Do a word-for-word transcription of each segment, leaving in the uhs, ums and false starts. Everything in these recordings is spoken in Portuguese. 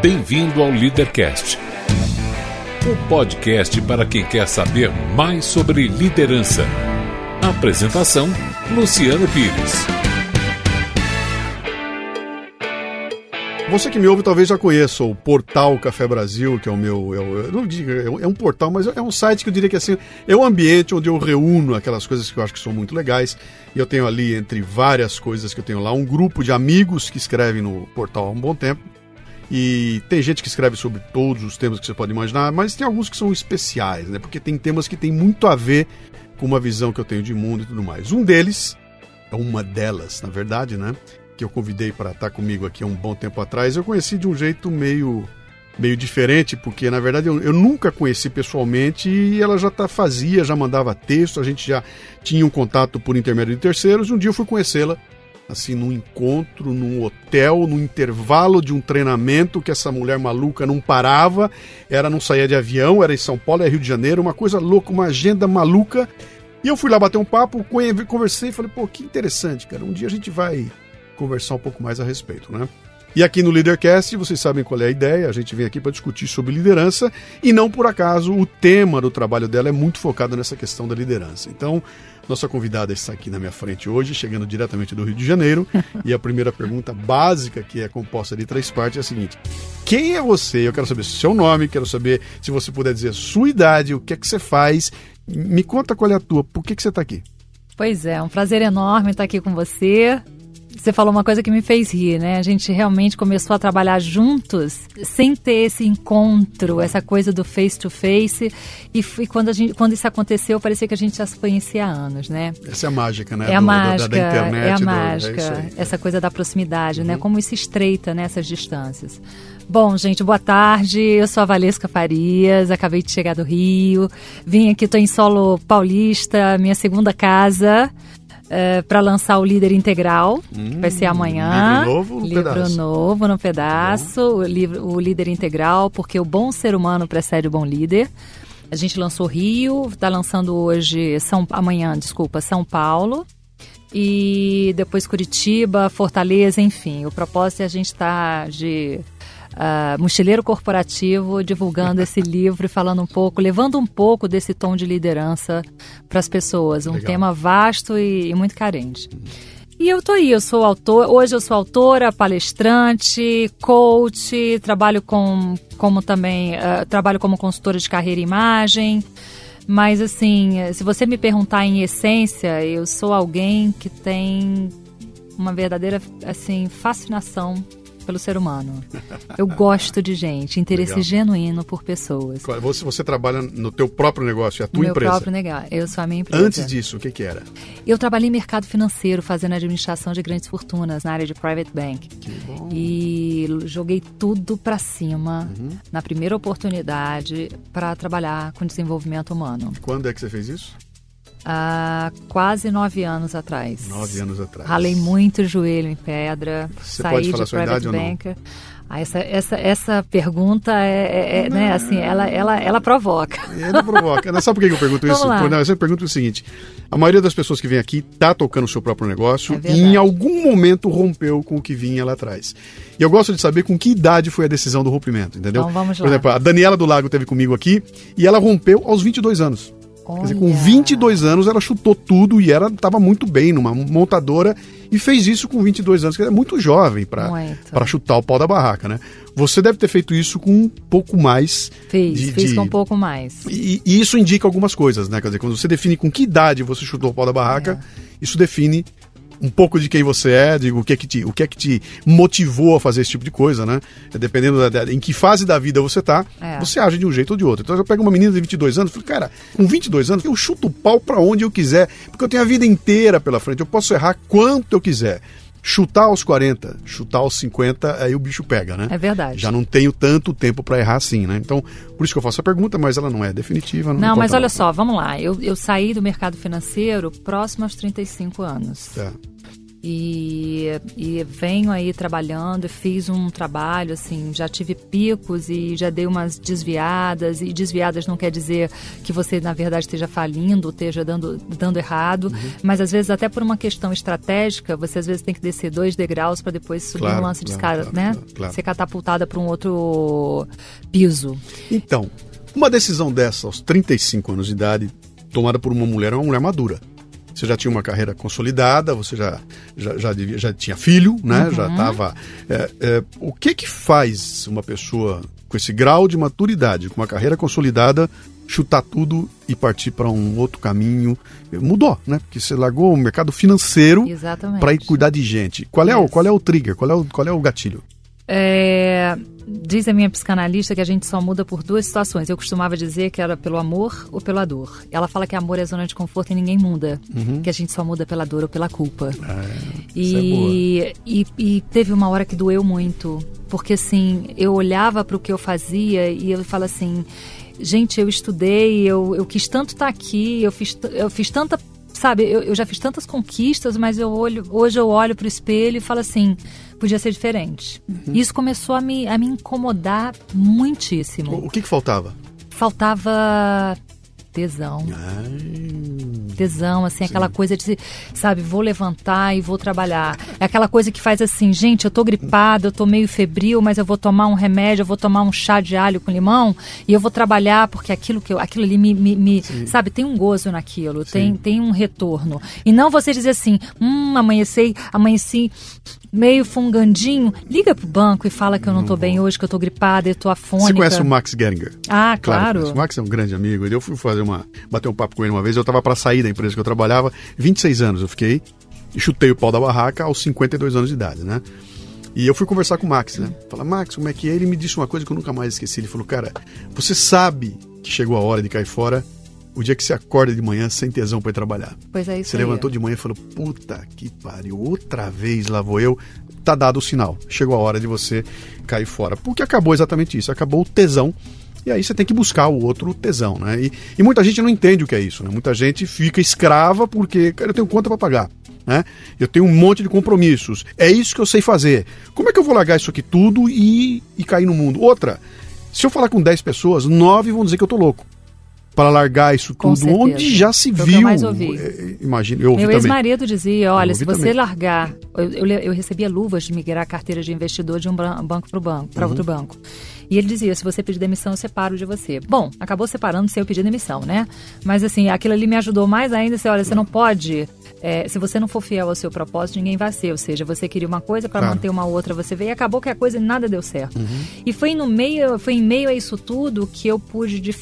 Bem-vindo ao Leadercast, o podcast para quem quer saber mais sobre liderança. Apresentação, Luciano Pires. Você que me ouve talvez já conheça o Portal Café Brasil, que é o meu, é o, eu não digo, é um portal, mas é um site que eu diria que assim, é um ambiente onde eu reúno aquelas coisas que eu acho que são muito legais. E eu tenho ali, entre várias coisas que eu tenho lá, um grupo de amigos que escrevem no portal há um bom tempo. E tem gente que escreve sobre todos os temas que você pode imaginar, mas tem alguns que são especiais, né? Porque tem temas que tem muito a ver com uma visão que eu tenho de mundo e tudo mais. Um deles, é uma delas, na verdade, né? Que eu convidei para estar comigo aqui há um bom tempo atrás, eu conheci de um jeito meio, meio diferente, porque na verdade eu, eu nunca conheci pessoalmente e ela já tá, fazia, já mandava texto, a gente já tinha um contato por intermédio de terceiros, e um dia eu fui conhecê-la, assim, num encontro, num hotel, no intervalo de um treinamento que essa mulher maluca não parava, era não saía de avião, era em São Paulo, é Rio de Janeiro, uma coisa louca, uma agenda maluca, e eu fui lá bater um papo, conversei e falei, pô, que interessante, cara, um dia a gente vai conversar um pouco mais a respeito, né? E aqui no Leadercast, vocês sabem qual é a ideia, a gente vem aqui para discutir sobre liderança e não por acaso o tema do trabalho dela é muito focado nessa questão da liderança. Então, nossa convidada está aqui na minha frente hoje, chegando diretamente do Rio de Janeiro, e a primeira pergunta básica, que é composta de três partes, é a seguinte: quem é você? Eu quero saber seu nome, quero saber se você puder dizer a sua idade, o que é que você faz, me conta qual é a tua, por que que você está aqui? Pois é, um prazer enorme estar aqui com você. Você falou uma coisa que me fez rir, né? A gente realmente começou a trabalhar juntos sem ter esse encontro, essa coisa do face to face. E, e quando, a gente, quando isso aconteceu, parecia que a gente já se conhecia há anos, né? Essa é a mágica, né? É a do, mágica, da, da internet, é a do, mágica, é aí, essa coisa da proximidade, uhum. né? Como isso estreita nessas distâncias. Bom, gente, boa tarde. Eu sou a Valesca Farias, acabei de chegar do Rio. Vim aqui, estou em solo paulista, minha segunda casa. Uh, para lançar o Líder Integral, hum, que vai ser amanhã. Livro novo no livro pedaço. Livro novo no pedaço, o, livro, o Líder Integral, porque o bom ser humano precede o bom líder. A gente lançou Rio, está lançando hoje, São, amanhã, desculpa, São Paulo. E depois Curitiba, Fortaleza, enfim. O propósito é a gente estar tá de... Uh, mochileiro corporativo, divulgando esse livro e falando um pouco, levando um pouco desse tom de liderança para as pessoas. Um Legal. Tema vasto e, e muito carente. E eu tô aí, eu sou autor, hoje eu sou autora, palestrante, coach, trabalho com, como também, uh, trabalho como consultora de carreira e imagem. Mas assim, se você me perguntar em essência, eu sou alguém que tem uma verdadeira assim, fascinação pelo ser humano. Eu gosto de gente, interesse Legal. Genuíno por pessoas. Você, você trabalha no teu próprio negócio, é a tua Meu empresa? Meu próprio negócio, eu sou a minha empresa. Antes disso, o que que era? Eu trabalhei em mercado financeiro, fazendo administração de grandes fortunas, na área de private bank. Que bom. E joguei tudo pra cima, uhum. na primeira oportunidade, para trabalhar com desenvolvimento humano. Quando é que você fez isso? Há quase nove anos atrás. Nove anos atrás. Ralei muito o joelho em pedra. Você saí pode falar de a sua idade ou não? Ah, essa, essa, essa pergunta é, é né, assim, ela, ela, ela provoca. Ela provoca. Sabe por que eu pergunto isso? Por, não, eu pergunto o seguinte: a maioria das pessoas que vem aqui está tocando o seu próprio negócio é e em algum momento rompeu com o que vinha lá atrás. E eu gosto de saber com que idade foi a decisão do rompimento, entendeu? Então vamos lá. Por exemplo, a Daniela do Lago esteve comigo aqui e ela rompeu aos vinte e dois anos. Quer dizer, com vinte e dois anos ela chutou tudo e ela estava muito bem numa montadora e fez isso com vinte e dois anos, que é muito jovem para chutar o pau da barraca, né? Você deve ter feito isso com um pouco mais... Fiz, de, fiz de... com um pouco mais. E, e isso indica algumas coisas, né? Quer dizer, quando você define com que idade você chutou o pau da barraca, é. isso define um pouco de quem você é, de o que é que te, o que é que te motivou a fazer esse tipo de coisa, né? Dependendo da, da, em que fase da vida você tá, é. você age de um jeito ou de outro. Então eu pego uma menina de vinte e dois anos e falo, cara, com vinte e dois anos eu chuto o pau pra onde eu quiser, porque eu tenho a vida inteira pela frente, eu posso errar quanto eu quiser. Chutar aos quarenta, chutar aos cinquenta, aí o bicho pega, né? É verdade. Já não tenho tanto tempo para errar assim, né? Então, por isso que eu faço a pergunta, mas ela não é definitiva. Não, não mas olha nada. Só, vamos lá. Eu, eu saí do mercado financeiro próximo aos trinta e cinco anos. Tá. E, e venho aí trabalhando, fiz um trabalho, assim, já tive picos e já dei umas desviadas, e desviadas não quer dizer que você, na verdade, esteja falindo, esteja dando, dando errado, uhum. mas às vezes até por uma questão estratégica, você às vezes tem que descer dois degraus para depois subir claro, um lance de claro, escada, claro, né? Claro, claro. Ser catapultada para um outro piso. Então, uma decisão dessa aos trinta e cinco anos de idade, tomada por uma mulher, é uma mulher madura. Você já tinha uma carreira consolidada, você já, já, já, devia, já tinha filho, né? Uhum. Já estava... É, é, o que que faz uma pessoa com esse grau de maturidade, com uma carreira consolidada, chutar tudo e partir para um outro caminho? Mudou, né? Porque você largou o mercado financeiro para ir cuidar de gente. Qual é, o, qual é o trigger? Qual é o, qual é o gatilho? É, diz a minha psicanalista que a gente só muda por duas situações. Eu costumava dizer que era pelo amor ou pela dor. Ela fala que amor é zona de conforto e ninguém muda. Uhum. Que a gente só muda pela dor ou pela culpa. É, e, isso é boa. E, e teve uma hora que doeu muito. Porque assim, eu olhava para o que eu fazia e eu falo assim... Gente, eu estudei, eu, eu quis tanto estar aqui, eu fiz, eu fiz tanta... Sabe, eu, eu já fiz tantas conquistas, mas eu olho, hoje eu olho pro espelho e falo assim, podia ser diferente. Uhum. Isso começou a me, a me incomodar muitíssimo. O, o que que faltava? Faltava tesão. Ai. Tesão, assim, Sim. aquela coisa de, sabe, vou levantar e vou trabalhar. É aquela coisa que faz assim, gente, eu tô gripada, eu tô meio febril, mas eu vou tomar um remédio, eu vou tomar um chá de alho com limão e eu vou trabalhar porque aquilo, que eu, aquilo ali me, me, me sabe, tem um gozo naquilo, tem, tem um retorno. E não você dizer assim, hum, amanheci, amanheci meio fungandinho, liga pro banco e fala que eu não, não tô bem hoje, que eu tô gripada, eu tô afônica. Você conhece o Max Geringer? Ah, claro. claro o Max é um grande amigo. Eu fui fazer uma, bater um papo com ele uma vez, eu tava para sair da empresa que eu trabalhava, vinte e seis anos eu fiquei, e chutei o pau da barraca aos cinquenta e dois anos de idade, né? E eu fui conversar com o Max, né? Falar, Max, como é que é? Ele me disse uma coisa que eu nunca mais esqueci. Ele falou, cara, você sabe que chegou a hora de cair fora o dia que você acorda de manhã sem tesão para ir trabalhar. Pois é, isso Você aí. levantou de manhã e falou, puta que pariu, outra vez lá vou eu. Tá dado o sinal, chegou a hora de você cair fora. Porque acabou exatamente isso, acabou o tesão. E aí você tem que buscar o outro tesão, né? E, e muita gente não entende o que é isso, né? Muita gente fica escrava porque, cara, eu tenho conta para pagar, né? Eu tenho um monte de compromissos. É isso que eu sei fazer. Como é que eu vou largar isso aqui tudo e, e cair no mundo? Outra, se eu falar com dez pessoas, nove vão dizer que eu tô louco. Para largar isso Com tudo, certeza. onde já se Foi o viu. que eu mais ouvi. É, imagina, eu ouvi Meu também. ex-marido dizia, olha, se você também. largar... Eu, eu, eu recebia luvas de migrar a carteira de investidor de um banco para banco, para uhum. outro banco. E ele dizia, se você pedir demissão, eu separo de você. Bom, acabou separando sem eu pedir demissão, né? Mas assim, aquilo ali me ajudou mais ainda. Você, olha, você não pode... É, se você não for fiel ao seu propósito, ninguém vai ser. Ou seja, você queria uma coisa para claro. manter uma outra, você veio e acabou que a coisa nada deu certo. Uhum. E foi, no meio, foi em meio a isso tudo que eu pude, de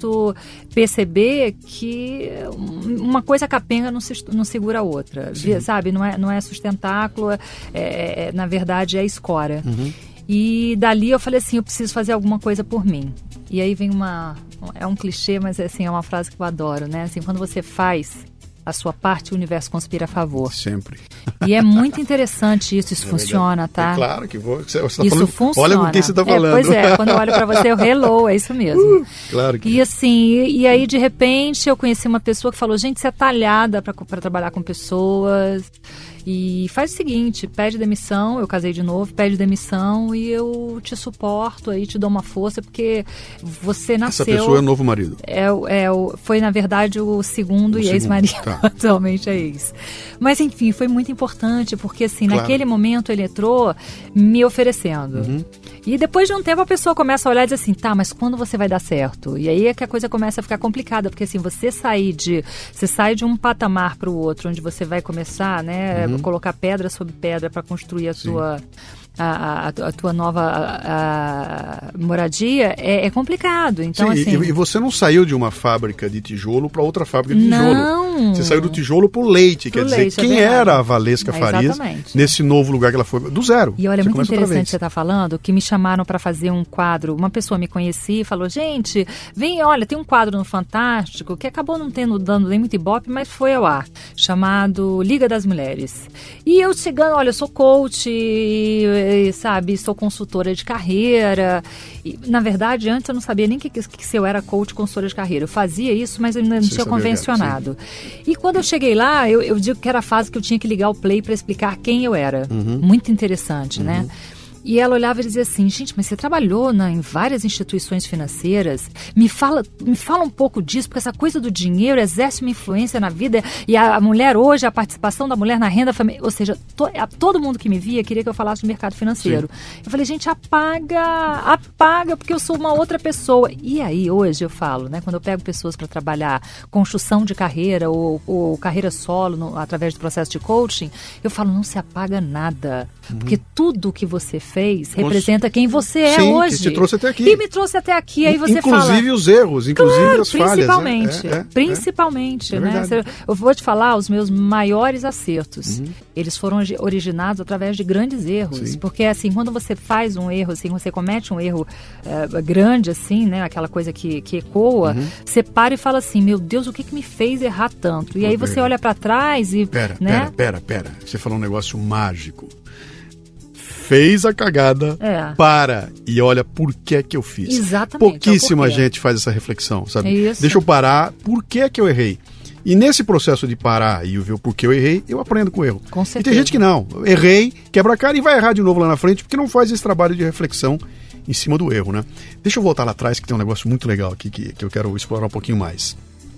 fato, perceber que uma coisa capenga não, se, não segura a outra. Sim. Sabe? Não é, não é sustentáculo, é, é, na verdade é escora. Uhum. E dali eu falei assim, eu preciso fazer alguma coisa por mim. E aí vem uma... É um clichê, mas assim, é uma frase que eu adoro, né? Assim, quando você faz a sua parte, o universo conspira a favor. Sempre. E é muito interessante isso, isso é funciona, tá? É claro que vou, você tá isso falando, funciona. Olha com quem você está falando. É, pois é, quando eu olho para você, eu hello, é isso mesmo. Uh, claro que E assim, e, e aí de repente eu conheci uma pessoa que falou, gente, você é talhada para trabalhar com pessoas... E faz o seguinte, pede demissão, eu casei de novo, pede demissão e eu te suporto, aí te dou uma força, porque você nasceu... Essa pessoa é o novo marido. É, é, foi, na verdade, o segundo o e ex-marido, tá. Atualmente é ex. Mas, enfim, foi muito importante, porque, assim, claro. naquele momento ele entrou me oferecendo. Uhum. E depois de um tempo a pessoa começa a olhar e diz assim, tá, mas quando você vai dar certo? E aí é que a coisa começa a ficar complicada, porque, assim, você sair de... Você sai de um patamar para o outro, onde você vai começar, né... Uhum. Colocar pedra sobre pedra para construir a sua, a, a, a tua nova a, a moradia, é, é complicado. Então, Sim, assim... e, e você não saiu de uma fábrica de tijolo para outra fábrica de tijolo. Não. Você saiu do tijolo para o leite. Pro quer leite, dizer, quem é era a Valesca é, Farias exatamente. nesse novo lugar que ela foi? Do zero. E olha, é você muito interessante você estar tá falando, que me chamaram para fazer um quadro. Uma pessoa me conhecia e falou, gente, vem, olha, tem um quadro no Fantástico que acabou não tendo, dando nem muito ibope, mas foi ao ar, chamado Liga das Mulheres. E eu chegando, olha, eu sou coach, e, sabe, sou consultora de carreira. E, na verdade, antes eu não sabia nem que, que, que se eu era coach, consultora de carreira. Eu fazia isso, mas eu ainda não tinha convencionado. E quando eu cheguei lá, eu, eu digo que era a fase que eu tinha que ligar o play para explicar quem eu era. Uhum. Muito interessante, uhum. né? E ela olhava e dizia assim, gente, mas você trabalhou na, em várias instituições financeiras, me fala, me fala um pouco disso, porque essa coisa do dinheiro exerce uma influência na vida, e a, a mulher hoje, a participação da mulher na renda familiar, ou seja, to, a, todo mundo que me via queria que eu falasse do mercado financeiro. Sim. Eu falei, gente, apaga, apaga, porque eu sou uma outra pessoa. E aí, hoje eu falo, né, quando eu pego pessoas para trabalhar construção de carreira ou, ou carreira solo no, através do processo de coaching, eu falo, não se apaga nada, uhum. porque tudo que você fez representa quem você é Sim, hoje. Que te trouxe até aqui. E me trouxe até aqui. Aí você inclusive fala, Inclusive os erros, inclusive claro, as falhas. Principalmente. É, é, principalmente. é, né? é Eu vou te falar os meus maiores acertos. Uhum. Eles foram originados através de grandes erros. Sim. Porque assim, quando você faz um erro, assim, você comete um erro uh, grande, assim, né? Aquela coisa que, que ecoa, uhum. você para e fala assim, meu Deus, o que, que me fez errar tanto? E aí você olha para trás e... Pera, né? pera, pera, pera. Você falou um negócio mágico. Fez a cagada, é. para e olha por que que eu fiz. Exatamente. Pouquíssima gente faz essa reflexão, sabe? É isso. Deixa eu parar, por que que eu errei? E nesse processo de parar e ver o porquê eu errei, eu aprendo com o erro. Com certeza. E tem gente que não, errei, quebra a cara e vai errar de novo lá na frente, porque não faz esse trabalho de reflexão em cima do erro, né? Deixa eu voltar lá atrás, que tem um negócio muito legal aqui que, que eu quero explorar um pouquinho mais.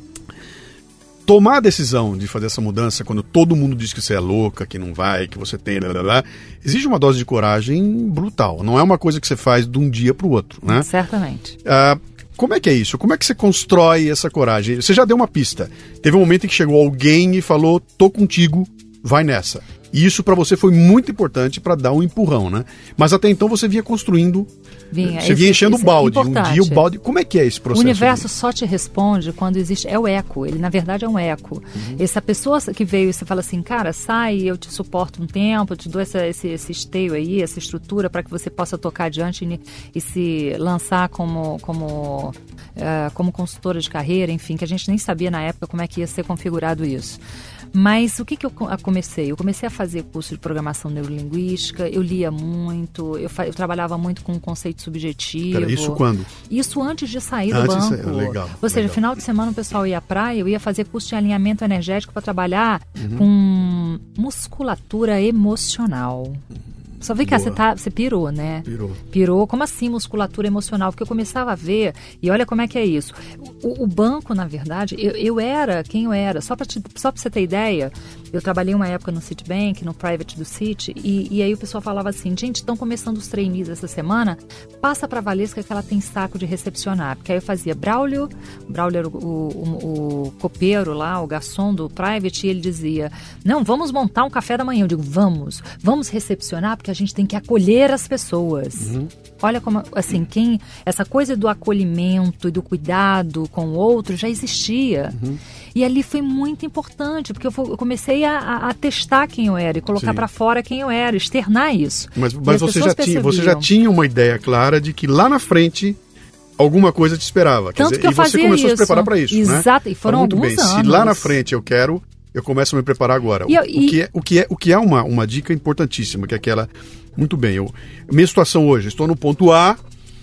Tomar a decisão de fazer essa mudança quando todo mundo diz que você é louca, que não vai, que você tem... Blá, blá, blá, exige uma dose de coragem brutal. Não é uma coisa que você faz de um dia para o outro, né? Certamente. Ah, como é que é isso? Como é que você constrói essa coragem? Você já deu uma pista. Teve um momento em que chegou alguém e falou, tô contigo, vai nessa. E isso para você foi muito importante para dar um empurrão, né? Mas até então você vinha construindo, vinha, você vinha enchendo o balde. Um dia o balde... Como é que é esse processo? O universo só te responde quando existe... É o eco, ele na verdade é um eco. Uhum. Essa pessoa que veio e você fala assim, cara, sai, eu te suporto um tempo, eu te dou essa, esse, esse esteio aí, essa estrutura para que você possa tocar adiante e, e se lançar como, como, uh, como consultora de carreira, enfim, que a gente nem sabia na época como é que ia ser configurado isso. Mas o que, que eu comecei? Eu comecei a fazer curso de programação neurolinguística, eu lia muito, eu, eu trabalhava muito com conceito subjetivo. Pera, isso quando? Isso antes de sair antes do banco. De sair, legal, Ou seja, legal. Final de semana o pessoal ia à praia, eu ia fazer curso de alinhamento energético para trabalhar uhum. com musculatura emocional. Só vê que você, tá, você pirou, né? Pirou. Pirou. Como assim musculatura emocional? Porque eu começava a ver, e olha como é que é isso. O, o banco, na verdade, eu, eu era quem eu era. Só para só pra você ter ideia, eu trabalhei uma época no Citibank, no Private do Citi, e, e aí o pessoal falava assim, gente, estão começando os trainees essa semana, passa para a Valesca que ela tem saco de recepcionar. Porque aí eu fazia Braulio, Braulio era o, o, o, o copeiro lá, o garçom do Private, e ele dizia, não, vamos montar um café da manhã. Eu digo, vamos, vamos recepcionar, porque a gente tem que acolher as pessoas. Uhum. Olha como, assim, quem, essa coisa do acolhimento e do cuidado com o outro já existia. Uhum. E ali foi muito importante, porque eu, eu comecei a, a, a testar quem eu era e colocar para fora quem eu era, externar isso. Mas, mas você, já tinha, você já tinha uma ideia clara de que lá na frente alguma coisa te esperava. Tanto Quer dizer, que eu e você começou isso. a se preparar para isso, Exato, né? E foram muito alguns bem. anos. Se lá na frente eu quero, eu começo a me preparar agora. E, o, e... o que é, o que é, o que é uma, uma dica importantíssima, que é aquela... Muito bem, eu, minha situação hoje, estou no ponto A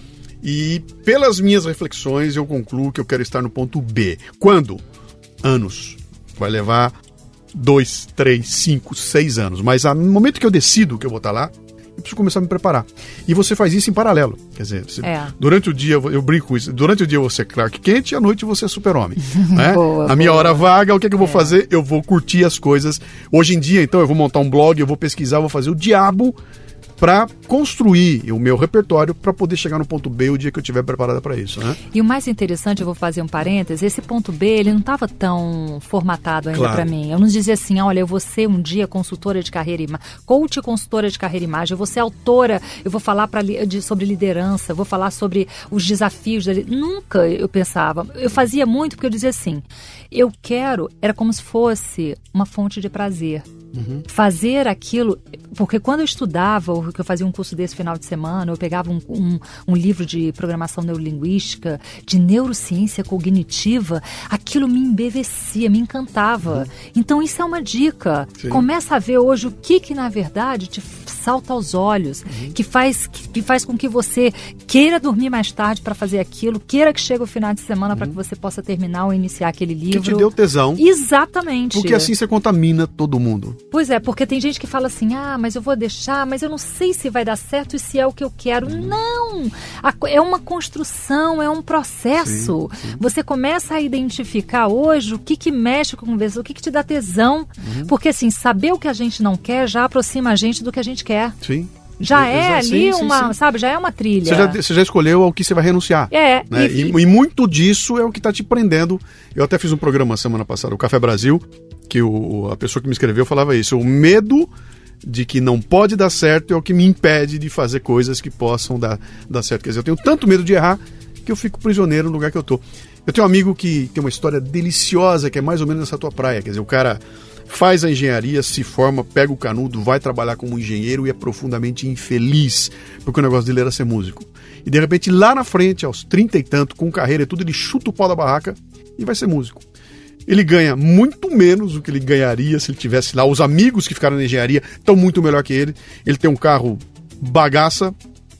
e pelas minhas reflexões eu concluo que eu quero estar no ponto B. Quando? Anos. Vai levar dois, três, cinco, seis anos. Mas no momento que eu decido que eu vou estar lá, eu preciso começar a me preparar. E você faz isso em paralelo. Quer dizer, você, é. durante o dia, eu brinco com isso, durante o dia você é Clark Kent e à noite você é Super-Homem. Né? Boa, a minha boa. hora vaga, o que, é que eu vou é. fazer? Eu vou curtir as coisas. Hoje em dia, então, eu vou montar um blog, eu vou pesquisar, eu vou fazer o diabo para construir o meu repertório para poder chegar no ponto B o dia que eu estiver preparada para isso, né? E o mais interessante, eu vou fazer um parêntese, esse ponto B, ele não estava tão formatado ainda Claro. para mim. Eu não dizia assim, olha, eu vou ser um dia consultora de carreira, coach consultora de carreira e imagem, eu vou ser autora, eu vou falar pra, de, sobre liderança, eu vou falar sobre os desafios. Da, nunca eu pensava. Eu fazia muito porque eu dizia assim, eu quero, era como se fosse uma fonte de prazer. Uhum. Fazer aquilo, porque quando eu estudava, ou que eu fazia um curso desse final de semana, eu pegava um, um, um livro de programação neurolinguística, de neurociência cognitiva, aquilo me embevecia, me encantava. Uhum. Então isso é uma dica. Sim. Começa a ver hoje o que que na verdade te salta aos olhos, uhum. que, faz, que, que faz com que você queira dormir mais tarde para fazer aquilo, queira que chegue o final de semana uhum. para que você possa terminar ou iniciar aquele livro. Que te deu tesão. Exatamente. Porque assim você contamina todo mundo. Pois é, porque tem gente que fala assim, ah, mas eu vou deixar, mas eu não sei se vai dar certo e se é o que eu quero. Uhum. Não! A, é uma construção, é um processo. Sim, sim. Você começa a identificar hoje o que que mexe com você, o que que te dá tesão. Uhum. Porque assim, saber o que a gente não quer já aproxima a gente do que a gente quer. Sim. Já é, é ali sim, uma, sim, sim. sabe, já é uma trilha. Você já, você já escolheu ao que você vai renunciar. É. Né? E, e, e muito disso é o que está te prendendo. Eu até fiz um programa semana passada, o Café Brasil, que o, a pessoa que me escreveu falava isso. O medo de que não pode dar certo é o que me impede de fazer coisas que possam dar, dar certo. Quer dizer, eu tenho tanto medo de errar que eu fico prisioneiro no lugar que eu tô. Eu tenho um amigo que tem uma história deliciosa, que é mais ou menos nessa tua praia. Quer dizer, o cara faz a engenharia, se forma, pega o canudo, vai trabalhar como engenheiro e é profundamente infeliz, porque o negócio dele era ser músico. E de repente, lá na frente, aos trinta e tanto, com carreira e tudo, ele chuta o pau da barraca e vai ser músico. Ele ganha muito menos do que ele ganharia se ele tivesse lá. Os amigos que ficaram na engenharia estão muito melhor que ele. Ele tem um carro bagaça.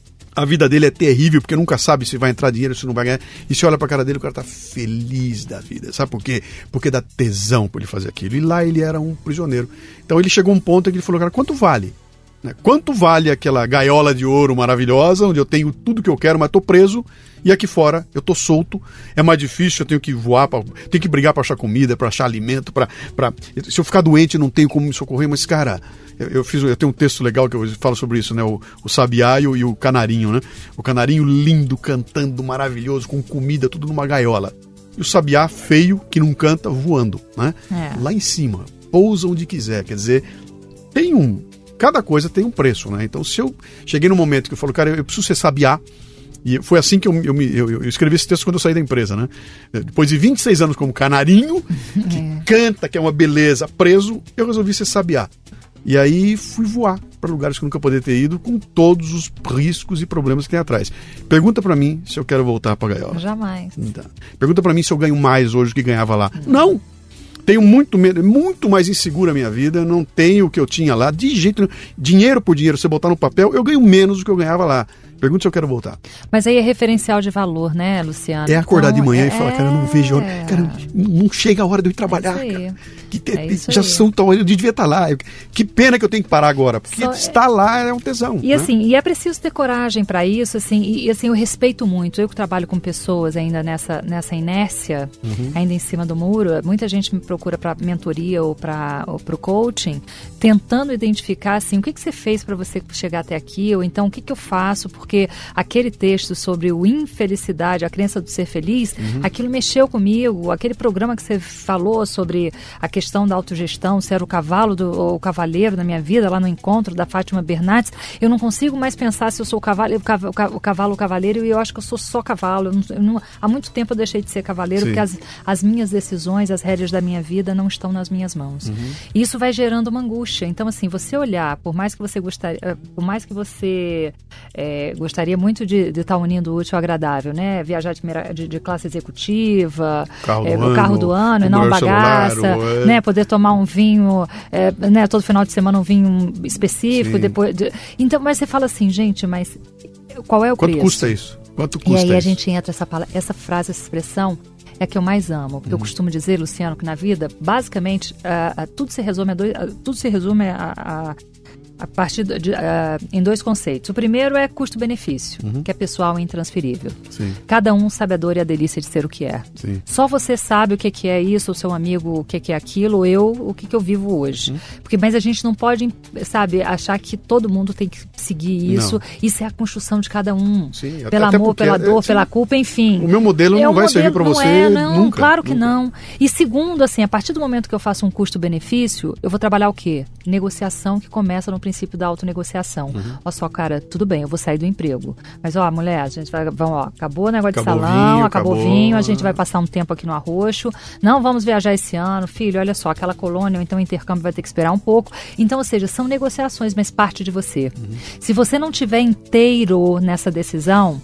A vida dele é terrível, porque nunca sabe se vai entrar dinheiro, se não vai ganhar. E se olha pra cara dele, o cara tá feliz da vida. Sabe por quê? Porque dá tesão pra ele fazer aquilo. E lá ele era um prisioneiro. Então ele chegou a um ponto em que ele falou, cara, quanto vale? Né? Quanto vale aquela gaiola de ouro maravilhosa, onde eu tenho tudo que eu quero, mas tô preso, e aqui fora eu tô solto, é mais difícil, eu tenho que voar, pra, tenho que brigar para achar comida, para achar alimento, para pra... se eu ficar doente não tenho como me socorrer, mas cara, eu, eu, fiz, eu tenho um texto legal que eu falo sobre isso, né? O, o sabiá e o, e o canarinho, né? O canarinho lindo, cantando, maravilhoso, com comida, tudo numa gaiola. E o sabiá feio, que não canta, voando, né? É. Lá em cima, pousa onde quiser, quer dizer, tem um... Cada coisa tem um preço, né? Então, se eu cheguei num momento que eu falo, cara, eu preciso ser sabiá, e foi assim que eu, eu, eu, eu escrevi esse texto quando eu saí da empresa, né? Depois de vinte e seis anos como canarinho, que é. canta, que é uma beleza, preso, eu resolvi ser sabiá. E aí fui voar para lugares que eu nunca poderia ter ido, com todos os riscos e problemas que tem atrás. Pergunta para mim se eu quero voltar para a gaiola. Jamais. Tá. Pergunta para mim se eu ganho mais hoje do que ganhava lá. Não! não. Tenho muito medo, muito mais insegura a minha vida, não tenho o que eu tinha lá, de jeito nenhum. Dinheiro por dinheiro, você botar no papel, eu ganho menos do que eu ganhava lá. Pergunta se eu quero voltar. Mas aí é referencial de valor, né, Luciano? É acordar então, de manhã é... e falar, cara, eu não vejo a hora. Cara, não chega a hora de eu ir trabalhar. É cara. Que te... é já aí. São tão... Eu devia estar lá. Que pena que eu tenho que parar agora. Porque Só... estar lá é um tesão. E né? assim, e é preciso ter coragem para isso, assim, e, e assim, eu respeito muito. Eu que trabalho com pessoas ainda nessa, nessa inércia, uhum. ainda em cima do muro, muita gente me procura para mentoria ou para o coaching, tentando identificar assim, o que, que você fez para você chegar até aqui, ou então o que, que eu faço, porque aquele texto sobre o infelicidade, a crença do ser feliz, uhum. aquilo mexeu comigo, aquele programa que você falou sobre a questão da autogestão, se era o cavalo do, ou o cavaleiro na minha vida, lá no encontro da Fátima Bernardes, eu não consigo mais pensar se eu sou o cavalo, o cavalo, o cavalo ou o cavaleiro, e eu acho que eu sou só cavalo. Eu não, eu não, há muito tempo eu deixei de ser cavaleiro, Sim. porque as, as minhas decisões, as rédeas da minha vida não estão nas minhas mãos. Uhum. E isso vai gerando uma angústia. Então, assim, você olhar, por mais que você gostaria, por mais que você é, gostaria muito de estar tá unindo o útil ao agradável, né? Viajar de, de, de classe executiva, carro é, do o ano, carro do ano, e não bagaça, celular, né? Poder tomar um vinho, é, né? Todo final de semana um vinho específico, Sim. depois. De... Então, mas você fala assim, gente, mas qual é o Quanto preço? Quanto custa isso? Quanto custa isso? E aí isso? a gente entra essa palavra, essa frase, essa expressão é a que eu mais amo, porque hum. eu costumo dizer, Luciano, que na vida, basicamente, uh, uh, tudo se resume a dois, uh, tudo se resume a, a a partir de, uh, em dois conceitos. O primeiro é custo-benefício, uhum. que é pessoal e intransferível. Sim. Cada um sabe a dor e a delícia de ser o que é. Sim. Só você sabe o que, que é isso, o seu amigo o que, que é aquilo, eu o que, que eu vivo hoje. Uhum. Porque, mas a gente não pode, sabe, achar que todo mundo tem que seguir isso. Não. Isso é a construção de cada um. Sim, pelo até amor, pela é, dor, sim. pela culpa, enfim. O meu modelo é não um vai modelo, servir para você é, não, nunca. Claro que nunca. não. E segundo, assim, a partir do momento que eu faço um custo-benefício, eu vou trabalhar o quê? Negociação, que começa no princípio da autonegociação. Uhum. Ó só, cara, tudo bem, eu vou sair do emprego. Mas, ó, mulher, a gente vai, vamos, ó, acabou o negócio acabou de salão, vinho, acabou o acabou... vinho, a gente vai passar um tempo aqui no Arroxo, não vamos viajar esse ano, filho, olha só, aquela colônia ou então o intercâmbio vai ter que esperar um pouco. Então, ou seja, são negociações, mas parte de você. Uhum. Se você não tiver inteiro nessa decisão,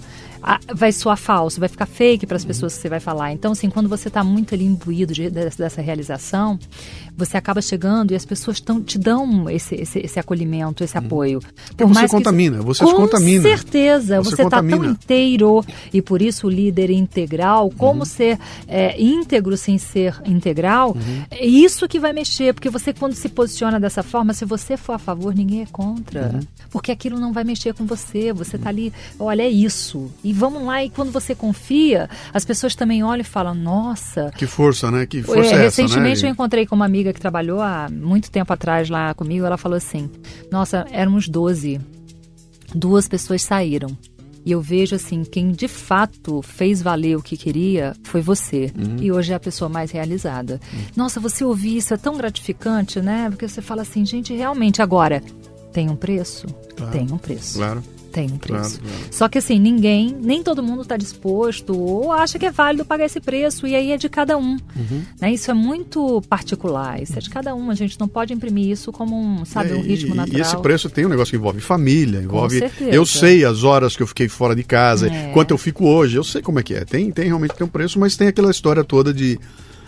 a, vai soar falso, vai ficar fake para as pessoas que você vai falar. Então, assim, quando você está muito ali imbuído de, dessa, dessa realização, você acaba chegando e as pessoas tão, te dão esse, esse, esse acolhimento, esse apoio. Por você mais contamina, que, você com se contamina. Com certeza, você está tão inteiro. E por isso o líder integral, como uhum. ser é, íntegro sem ser integral, uhum. é isso que vai mexer. Porque você, quando se posiciona dessa forma, se você for a favor, ninguém é contra. Uhum. Porque aquilo não vai mexer com você. Você está ali, olha, é isso. E vamos lá, e quando você confia, as pessoas também olham e falam, nossa... Que força, né? Que força é, é recentemente essa, né? eu encontrei com uma amiga que trabalhou há muito tempo atrás lá comigo, ela falou assim, nossa, éramos doze, duas pessoas saíram. E eu vejo assim, quem de fato fez valer o que queria foi você. Uhum. E hoje é a pessoa mais realizada. Uhum. Nossa, você ouvir isso é tão gratificante, né? Porque você fala assim, gente, realmente, agora, tem um preço? Claro. Tem um preço. Claro. Tem um preço. Claro, claro. Só que assim, ninguém, nem todo mundo está disposto ou acha que é válido pagar esse preço, e aí é de cada um. Uhum. Né? Isso é muito particular, isso é de cada um. A gente não pode imprimir isso como um, sabe, um ritmo e, natural. E esse preço tem um negócio que envolve família, envolve... Com certeza. Eu sei as horas que eu fiquei fora de casa, é. quanto eu fico hoje, eu sei como é que é. Tem, tem realmente tem um preço, mas tem aquela história toda de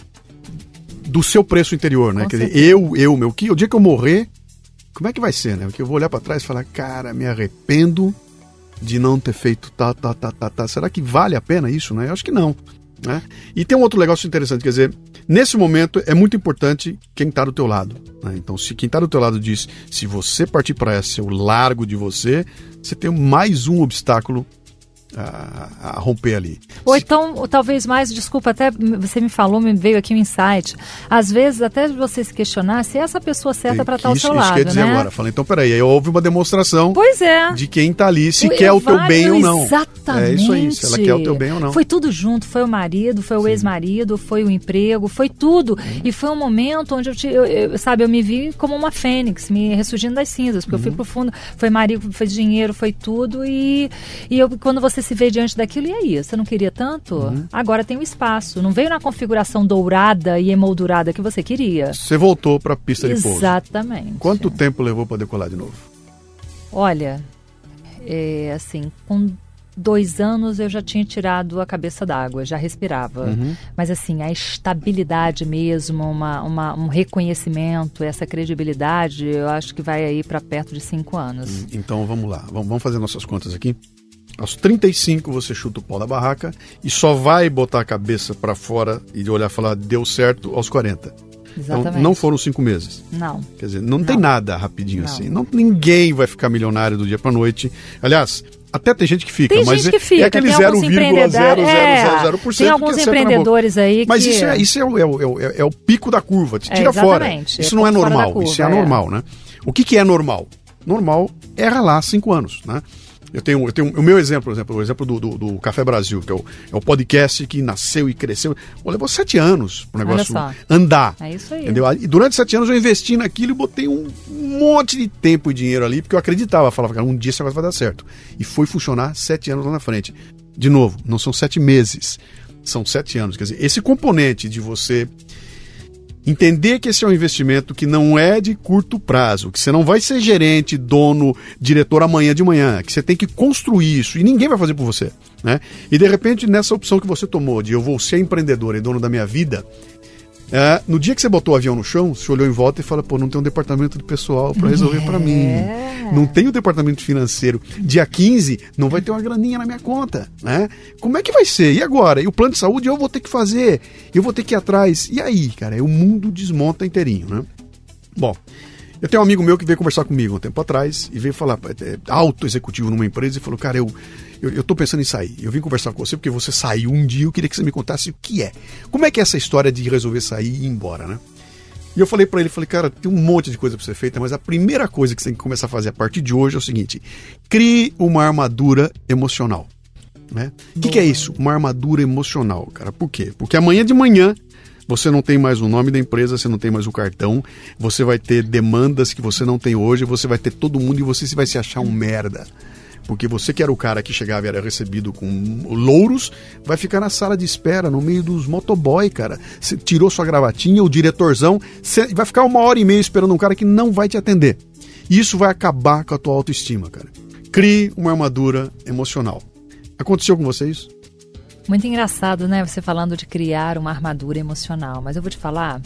do seu preço interior, né? Com Quer certeza. dizer, eu, eu, meu, que o dia que eu morrer, como é que vai ser, né? Porque eu vou olhar para trás e falar, cara, me arrependo de não ter feito tá, tá, tá, tá, tá. Será que vale a pena isso, né? Eu acho que não. Né? E tem um outro negócio interessante, quer dizer, nesse momento é muito importante quem está do teu lado. Né? Então, se quem está do teu lado diz, se você partir para essa, eu largo de você, você tem mais um obstáculo a, a romper ali. Ou então, ou talvez mais, desculpa, até você me falou, me veio aqui um insight. Às vezes, até você se questionar se é essa pessoa certa para estar ao seu isso lado, isso quer dizer né? agora. Falei, então peraí, aí houve uma demonstração pois é. de quem está ali, se o, quer o teu bem ou não. Exatamente. É isso aí, se ela quer o teu bem ou não. Foi tudo junto, foi o marido, foi o Sim. ex-marido, foi o emprego, foi tudo. Uhum. E foi um momento onde eu, te, eu, eu, sabe, eu me vi como uma fênix, me ressurgindo das cinzas, porque uhum. eu fui pro fundo, foi marido, foi dinheiro, foi tudo. E, e eu, quando você se vê diante daquilo, e aí? Você não queria tanto? Uhum. Agora tem um espaço. Não veio na configuração dourada e emoldurada que você queria. Você voltou para a pista de pouso. Exatamente. Quanto tempo levou para decolar de novo? Olha, é, assim, com dois anos eu já tinha tirado a cabeça d'água, já respirava. Uhum. Mas assim, a estabilidade mesmo, uma, uma, um reconhecimento, essa credibilidade, eu acho que vai aí para perto de cinco anos. Então vamos lá, vamos, vamos fazer nossas contas aqui. Aos trinta e cinco você chuta o pau da barraca e só vai botar a cabeça para fora e olhar e falar deu certo aos quarenta. Exatamente. Então não foram cinco meses. Não. Quer dizer, não, não. tem nada rapidinho não. assim. Não, ninguém vai ficar milionário do dia para noite. Aliás, até tem gente que fica, tem mas gente que fica. é aquele zero vírgula zero zero zero por cento. Tem alguns empreendedores aí que... Mas isso é, isso é, o, é, o, é, é o pico da curva, te tira é, fora. Isso é não é normal, curva, isso é anormal, é. né? O que, que é normal? Normal é ralar cinco anos, né? Eu tenho, eu tenho o meu exemplo, por exemplo, o exemplo do, do, do Café Brasil, que é o, é o podcast que nasceu e cresceu. Pô, levou sete anos pro negócio andar. É isso aí. Entendeu? E durante sete anos eu investi naquilo e botei um monte de tempo e dinheiro ali, porque eu acreditava, falava, cara, um dia esse negócio vai dar certo. E foi funcionar sete anos lá na frente. De novo, não são sete meses, são sete anos. Quer dizer, esse componente de você entender que esse é um investimento que não é de curto prazo, que você não vai ser gerente, dono, diretor amanhã de manhã, que você tem que construir isso e ninguém vai fazer por você, né? E de repente nessa opção que você tomou de eu vou ser empreendedor e dono da minha vida, é, no dia que você botou o avião no chão, você olhou em volta e fala, pô, não tem um departamento de pessoal para resolver é. para mim, não tem um departamento financeiro, dia quinze não vai ter uma graninha na minha conta, né? Como é que vai ser? E agora? E o plano de saúde eu vou ter que fazer, eu vou ter que ir atrás, e aí, cara, o mundo desmonta inteirinho, né? Bom, eu tenho um amigo meu que veio conversar comigo um tempo atrás e veio falar, é, alto executivo numa empresa, e falou, cara, eu Eu, eu tô pensando em sair. Eu vim conversar com você porque você saiu um dia. Eu queria que você me contasse o que é. Como é que é essa história de resolver sair e ir embora, né? E eu falei pra ele, falei, cara, tem um monte de coisa pra ser feita, mas a primeira coisa que você tem que começar a fazer a partir de hoje é o seguinte: crie uma armadura emocional, né? O que, que é isso? Uma armadura emocional, cara. Por quê? Porque amanhã de manhã você não tem mais o nome da empresa, você não tem mais o cartão, você vai ter demandas que você não tem hoje, você vai ter todo mundo e você vai se achar um merda. Porque você que era o cara que chegava e era recebido com louros, vai ficar na sala de espera, no meio dos motoboy, cara. Você tirou sua gravatinha, o diretorzão, você vai ficar uma hora e meia esperando um cara que não vai te atender. E isso vai acabar com a tua autoestima, cara. Crie uma armadura emocional. Aconteceu com você isso? Muito engraçado, né? Você falando de criar uma armadura emocional. Mas eu vou te falar,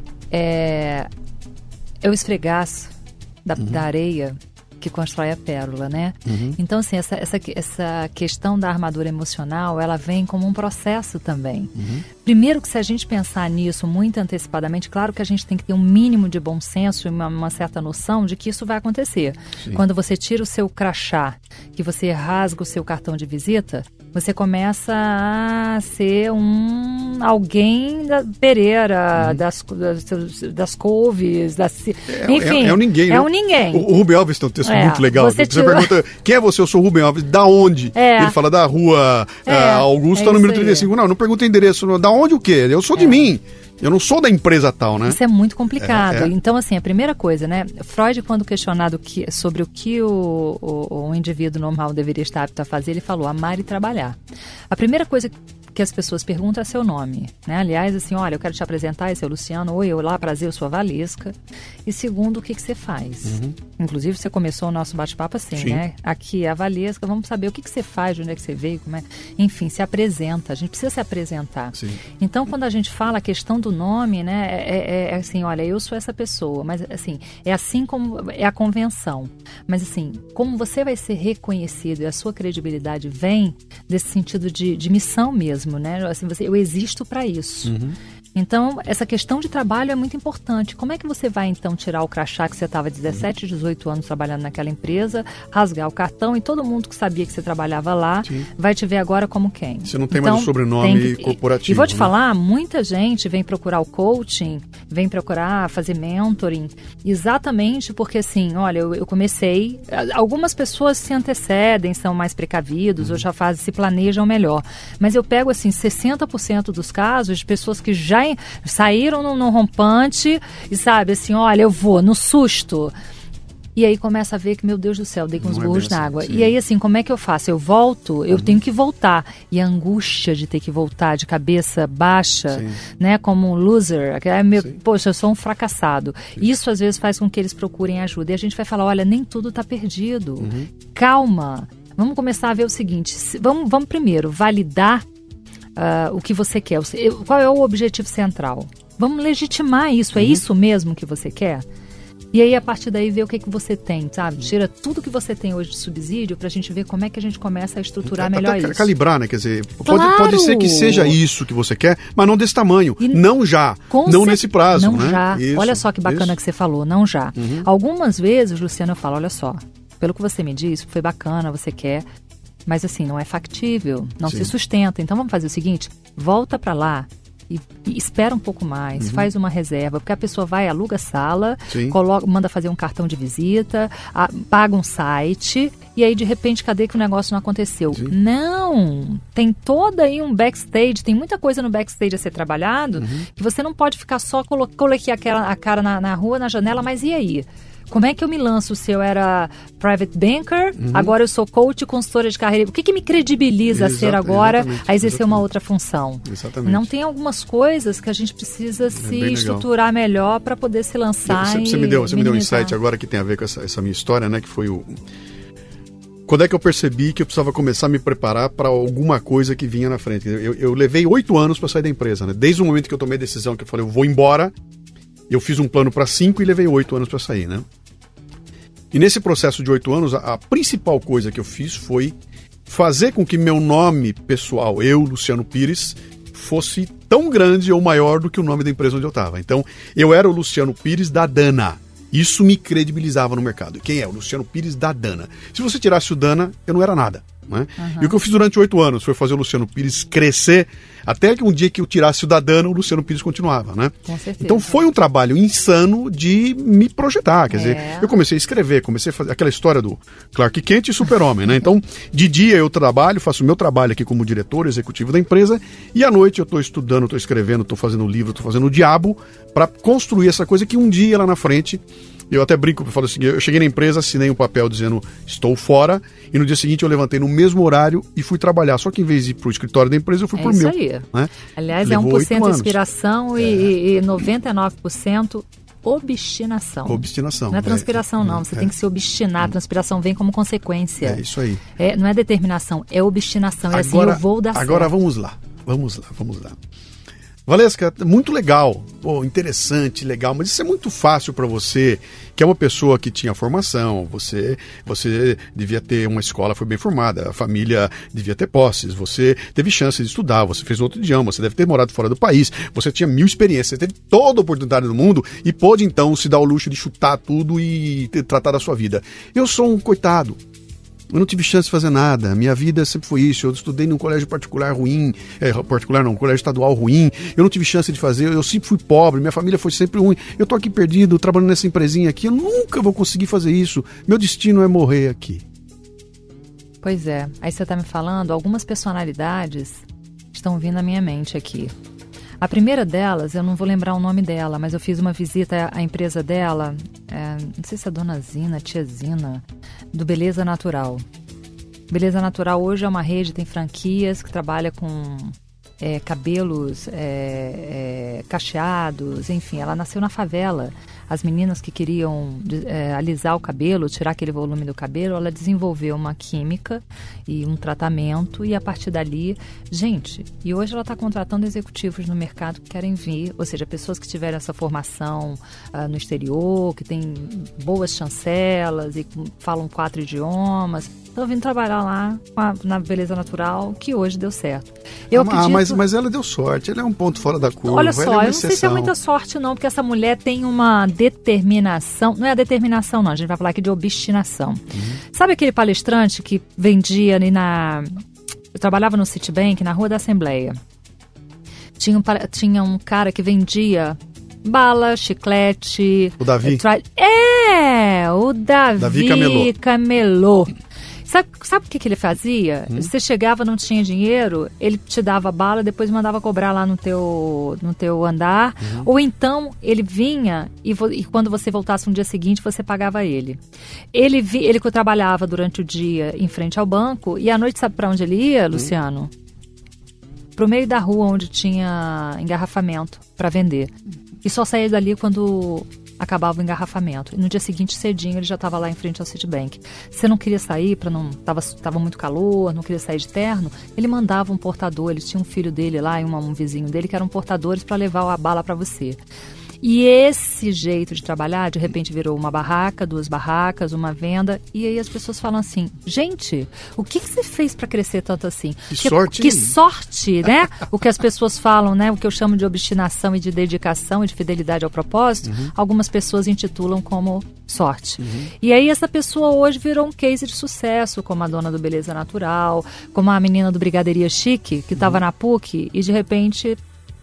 é, é o esfregaço da, uhum. da areia que constrói a pérola, né? Uhum. Então, assim, essa, essa, essa questão da armadura emocional, ela vem como um processo também. Uhum. Primeiro que se a gente pensar nisso muito antecipadamente, claro que a gente tem que ter um mínimo de bom senso e uma, uma certa noção de que isso vai acontecer. Sim. Quando você tira o seu crachá, que você rasga o seu cartão de visita, você começa a ser um alguém da Pereira, uhum. das, das, das couves, das, é, enfim. É, é um ninguém, É né? um ninguém. O, o Rubem Alves tem um texto é, muito legal. Você, você tira... pergunta, quem é você? Eu sou o Rubem Alves. Da onde? É. Ele fala da rua é, uh, Augusta, é número trinta e cinco. Não, não pergunta endereço. Não. Da onde o quê? Eu sou é. de mim. Eu não sou da empresa tal, né? Isso é muito complicado. É, é. Então, assim, a primeira coisa, né? Freud, quando questionado que, sobre o que o, o, o indivíduo normal deveria estar apto a fazer, ele falou amar e trabalhar. A primeira coisa que as pessoas perguntam é seu nome, né? Aliás, assim, olha, eu quero te apresentar, esse é o Luciano, oi, olá, prazer, eu sou a Valesca. E segundo, o que, que você faz? Uhum. Inclusive, você começou o nosso bate-papo assim, Sim. né? Aqui é a Valesca, vamos saber o que, que você faz, de onde é que você veio, como é... Enfim, se apresenta, a gente precisa se apresentar. Sim. Então, quando a gente fala a questão do nome, né, é, é, é assim, olha, eu sou essa pessoa, mas assim, é assim como é a convenção. Mas assim, como você vai ser reconhecido e a sua credibilidade vem desse sentido de, de missão mesmo, né? Assim, você, eu existo para isso. Uhum. Então, essa questão de trabalho é muito importante. Como é que você vai, então, tirar o crachá que você estava dezessete, dezoito anos trabalhando naquela empresa, rasgar o cartão e todo mundo que sabia que você trabalhava lá Sim. vai te ver agora como quem? Você não tem então, mais o sobrenome que, corporativo. E vou te né? falar, muita gente vem procurar o coaching, vem procurar fazer mentoring, exatamente porque, assim, olha, eu, eu comecei... Algumas pessoas se antecedem, são mais precavidos, uhum. ou já fazem, se planejam melhor. Mas eu pego, assim, sessenta por cento dos casos de pessoas que já saíram no, no rompante e sabe assim, olha, eu vou no susto. E aí começa a ver que, meu Deus do céu, dei com os burros na água. Sim. E aí, assim, como é que eu faço? Eu volto, eu uhum. tenho que voltar. E a angústia de ter que voltar de cabeça baixa, Sim. né, como um loser. É meu, poxa, eu sou um fracassado. Sim. Isso, às vezes, faz com que eles procurem ajuda. E a gente vai falar, olha, nem tudo está perdido. Uhum. Calma. Vamos começar a ver o seguinte. Vamos, vamos primeiro validar Uh, o que você quer, qual é o objetivo central. Vamos legitimar isso, é uhum. isso mesmo que você quer? E aí, a partir daí, ver o que, que você tem, sabe? Tira tudo que você tem hoje de subsídio pra gente ver como é que a gente começa a estruturar Até melhor isso. Calibrar, né? Quer dizer, claro. pode, pode ser que seja isso que você quer, mas não desse tamanho. E não já. Não ser... nesse prazo, não né? já. Isso, olha só que bacana isso. que você falou, não já. Uhum. Algumas vezes, Luciano, eu falo, olha só, pelo que você me disse, foi bacana, você quer... Mas assim, não é factível, não Sim. se sustenta. Então vamos fazer o seguinte, volta para lá e, e espera um pouco mais, uhum. faz uma reserva, porque a pessoa vai, aluga sala, coloca, manda fazer um cartão de visita, a, paga um site e aí de repente cadê que o negócio não aconteceu? Sim. Não! Tem todo aí um backstage, tem muita coisa no backstage a ser trabalhado, uhum. que você não pode ficar só colo- coloquei a cara, a cara na, na rua, na janela, mas e aí? Como é que eu me lanço se eu era private banker, uhum. agora eu sou coach e consultora de carreira? O que, que me credibiliza Exato, a ser agora, a exercer exatamente. uma outra função? Exatamente. Não tem algumas coisas que a gente precisa é se estruturar melhor para poder se lançar você, e você me deu, Você minimizar. me deu um insight agora que tem a ver com essa, essa minha história, né? Que foi o... Quando é que eu percebi que eu precisava começar a me preparar para alguma coisa que vinha na frente? Eu, eu levei oito anos para sair da empresa, né? Desde o momento que eu tomei a decisão, que eu falei, eu vou embora, eu fiz um plano para cinco e levei oito anos para sair, né? E nesse processo de oito anos, a, a principal coisa que eu fiz foi fazer com que meu nome pessoal, eu, Luciano Pires, fosse tão grande ou maior do que o nome da empresa onde eu estava. Então, eu era o Luciano Pires da Dana. Isso me credibilizava no mercado. Quem é? O Luciano Pires da Dana. Se você tirasse o Dana, eu não era nada. Né? Uhum. E o que eu fiz durante oito anos foi fazer o Luciano Pires crescer, até que um dia que eu tirasse o da Dana, o Luciano Pires continuava, né? Com certeza. Então foi um trabalho insano de me projetar, quer é. dizer, eu comecei a escrever, comecei a fazer aquela história do Clark Kent e Super-Homem, né? Então, de dia eu trabalho, faço o meu trabalho aqui como diretor executivo da empresa, e à noite eu estou estudando, estou escrevendo, estou fazendo livro, estou fazendo o diabo para construir essa coisa que um dia lá na frente... Eu até brinco, eu falo assim, eu cheguei na empresa, assinei um papel dizendo estou fora, e no dia seguinte eu levantei no mesmo horário e fui trabalhar. Só que em vez de ir para o escritório da empresa, eu fui é por meu. Isso aí. Né? Aliás, Levou é um por cento anos. inspiração e, é. e noventa e nove por cento obstinação. Obstinação. Não é transpiração, é, não. Você é, tem que se obstinar. A transpiração vem como consequência. É isso aí. É, não é determinação, é obstinação. É agora, assim, eu vou dar certo. Agora vamos lá. Vamos lá, vamos lá. Valesca, muito legal, pô, interessante, legal, mas isso é muito fácil para você, que é uma pessoa que tinha formação, você, você devia ter uma escola, foi bem formada, a família devia ter posses, você teve chance de estudar, você fez outro idioma, você deve ter morado fora do país, você tinha mil experiências, você teve toda a oportunidade do mundo e pôde então se dar o luxo de chutar tudo e tratar da sua vida. Eu sou um coitado. Eu não tive chance de fazer nada, minha vida sempre foi isso, eu estudei num colégio particular ruim, é, particular não, um colégio estadual ruim, eu não tive chance de fazer, eu sempre fui pobre, minha família foi sempre ruim, eu tô aqui perdido, trabalhando nessa empresinha aqui, eu nunca vou conseguir fazer isso, meu destino é morrer aqui. Pois é, aí você tá me falando, algumas personalidades estão vindo à minha mente aqui. A primeira delas, eu não vou lembrar o nome dela, mas eu fiz uma visita à empresa dela, é, não sei se é a Dona Zina, Tia Zina, do Beleza Natural. Beleza Natural hoje é uma rede, tem franquias que trabalha com é, cabelos é, é, cacheados, enfim, ela nasceu na favela. As meninas que queriam é, alisar o cabelo, tirar aquele volume do cabelo, ela desenvolveu uma química e um tratamento e a partir dali, gente, e hoje ela está contratando executivos no mercado que querem vir, ou seja, pessoas que tiveram essa formação uh, no exterior, que têm boas chancelas e falam quatro idiomas, estão vindo trabalhar lá a, na Beleza Natural, que hoje deu certo. Eu ah, acredito... mas, mas ela deu sorte, ela é um ponto fora da curva. Olha só, é eu não sei se é muita sorte não, porque essa mulher tem uma determinação, não é a determinação não, a gente vai falar aqui de obstinação. Uhum. Sabe aquele palestrante que vendia ali na... Eu trabalhava no Citibank, na Rua da Assembleia. Tinha um, tinha um cara que vendia bala, chiclete... O Davi? Tra... É, o Davi, Davi Camelô. Camelô. Sabe, sabe o que, que ele fazia? Hum? Você chegava, não tinha dinheiro, ele te dava bala, depois mandava cobrar lá no teu, no teu andar. Uhum. Ou então ele vinha e, vo, e quando você voltasse no dia seguinte, você pagava ele. Ele, vi, ele trabalhava durante o dia em frente ao banco e à noite, sabe para onde ele ia, Luciano? Hum? Pro meio da rua onde tinha engarrafamento para vender. E só saía dali quando acabava o engarrafamento. E no dia seguinte, cedinho, ele já estava lá em frente ao Citibank. Você não queria sair, para não tava, tava muito calor, não queria sair de terno, ele mandava um portador, ele tinha um filho dele lá e uma, um vizinho dele que eram portadores para levar a bala para você. E esse jeito de trabalhar, de repente virou uma barraca, duas barracas, uma venda, e aí as pessoas falam assim, gente, o que, que você fez para crescer tanto assim? Que, que sorte! Que sorte, né? O que as pessoas falam, né? O que eu chamo de obstinação e de dedicação e de fidelidade ao propósito, uhum. algumas pessoas intitulam como sorte. Uhum. E aí essa pessoa hoje virou um case de sucesso, como a dona do Beleza Natural, como a menina do Brigadeiria Chique, que estava uhum. na P U C e de repente...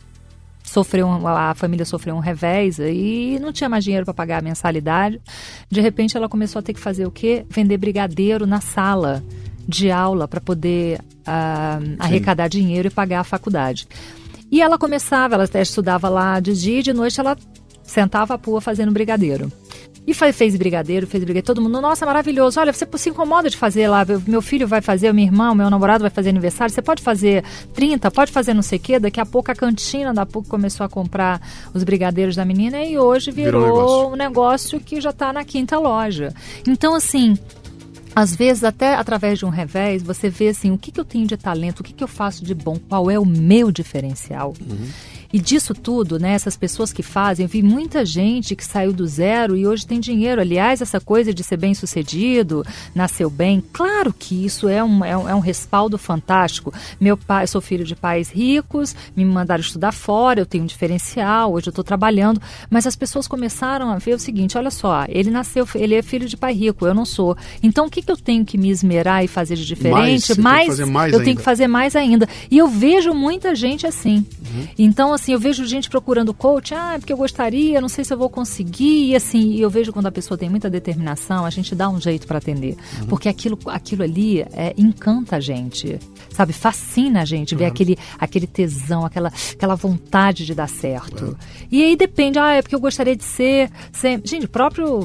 Sofreu um, a família sofreu um revés e não tinha mais dinheiro para pagar a mensalidade. De repente ela começou a ter que fazer o quê? Vender brigadeiro na sala de aula para poder uh, arrecadar dinheiro e pagar a faculdade. E ela começava, ela até estudava lá de dia e de noite ela sentava a pua fazendo brigadeiro. E fez brigadeiro, fez brigadeiro, todo mundo, nossa, maravilhoso, olha, você se incomoda de fazer lá, meu filho vai fazer, minha irmã, meu namorado vai fazer aniversário, você pode fazer trinta, pode fazer não sei o quê, daqui a pouco a cantina da P U C começou a comprar os brigadeiros da menina e hoje virou, virou um, negócio. um negócio que já está na quinta loja. Então, assim... Às vezes, até através de um revés, você vê assim, o que, que eu tenho de talento, o que, que eu faço de bom, qual é o meu diferencial. Uhum. E disso tudo, né, essas pessoas que fazem, eu vi muita gente que saiu do zero e hoje tem dinheiro. Aliás, essa coisa de ser bem sucedido, nasceu bem, claro que isso é um, é um, é um respaldo fantástico. Meu pai, eu sou filho de pais ricos, me mandaram estudar fora, eu tenho um diferencial, hoje eu estou trabalhando, mas as pessoas começaram a ver o seguinte, olha só, ele nasceu, ele é filho de pai rico, eu não sou. Então, o que, que eu tenho que me esmerar e fazer de diferente? Mais, mais, mais, mais eu ainda. tenho que fazer mais ainda. E eu vejo muita gente assim. Uhum. Então, assim, eu vejo gente procurando coach, ah, porque eu gostaria, não sei se eu vou conseguir, e assim, eu vejo quando a pessoa tem muita determinação, a gente dá um jeito para atender, uhum. porque aquilo, aquilo ali é, encanta a gente, sabe, fascina a gente, uhum. ver aquele, aquele tesão, aquela, aquela vontade de dar certo. Uhum. E aí depende, ah, é porque eu gostaria de ser, ser... gente, o próprio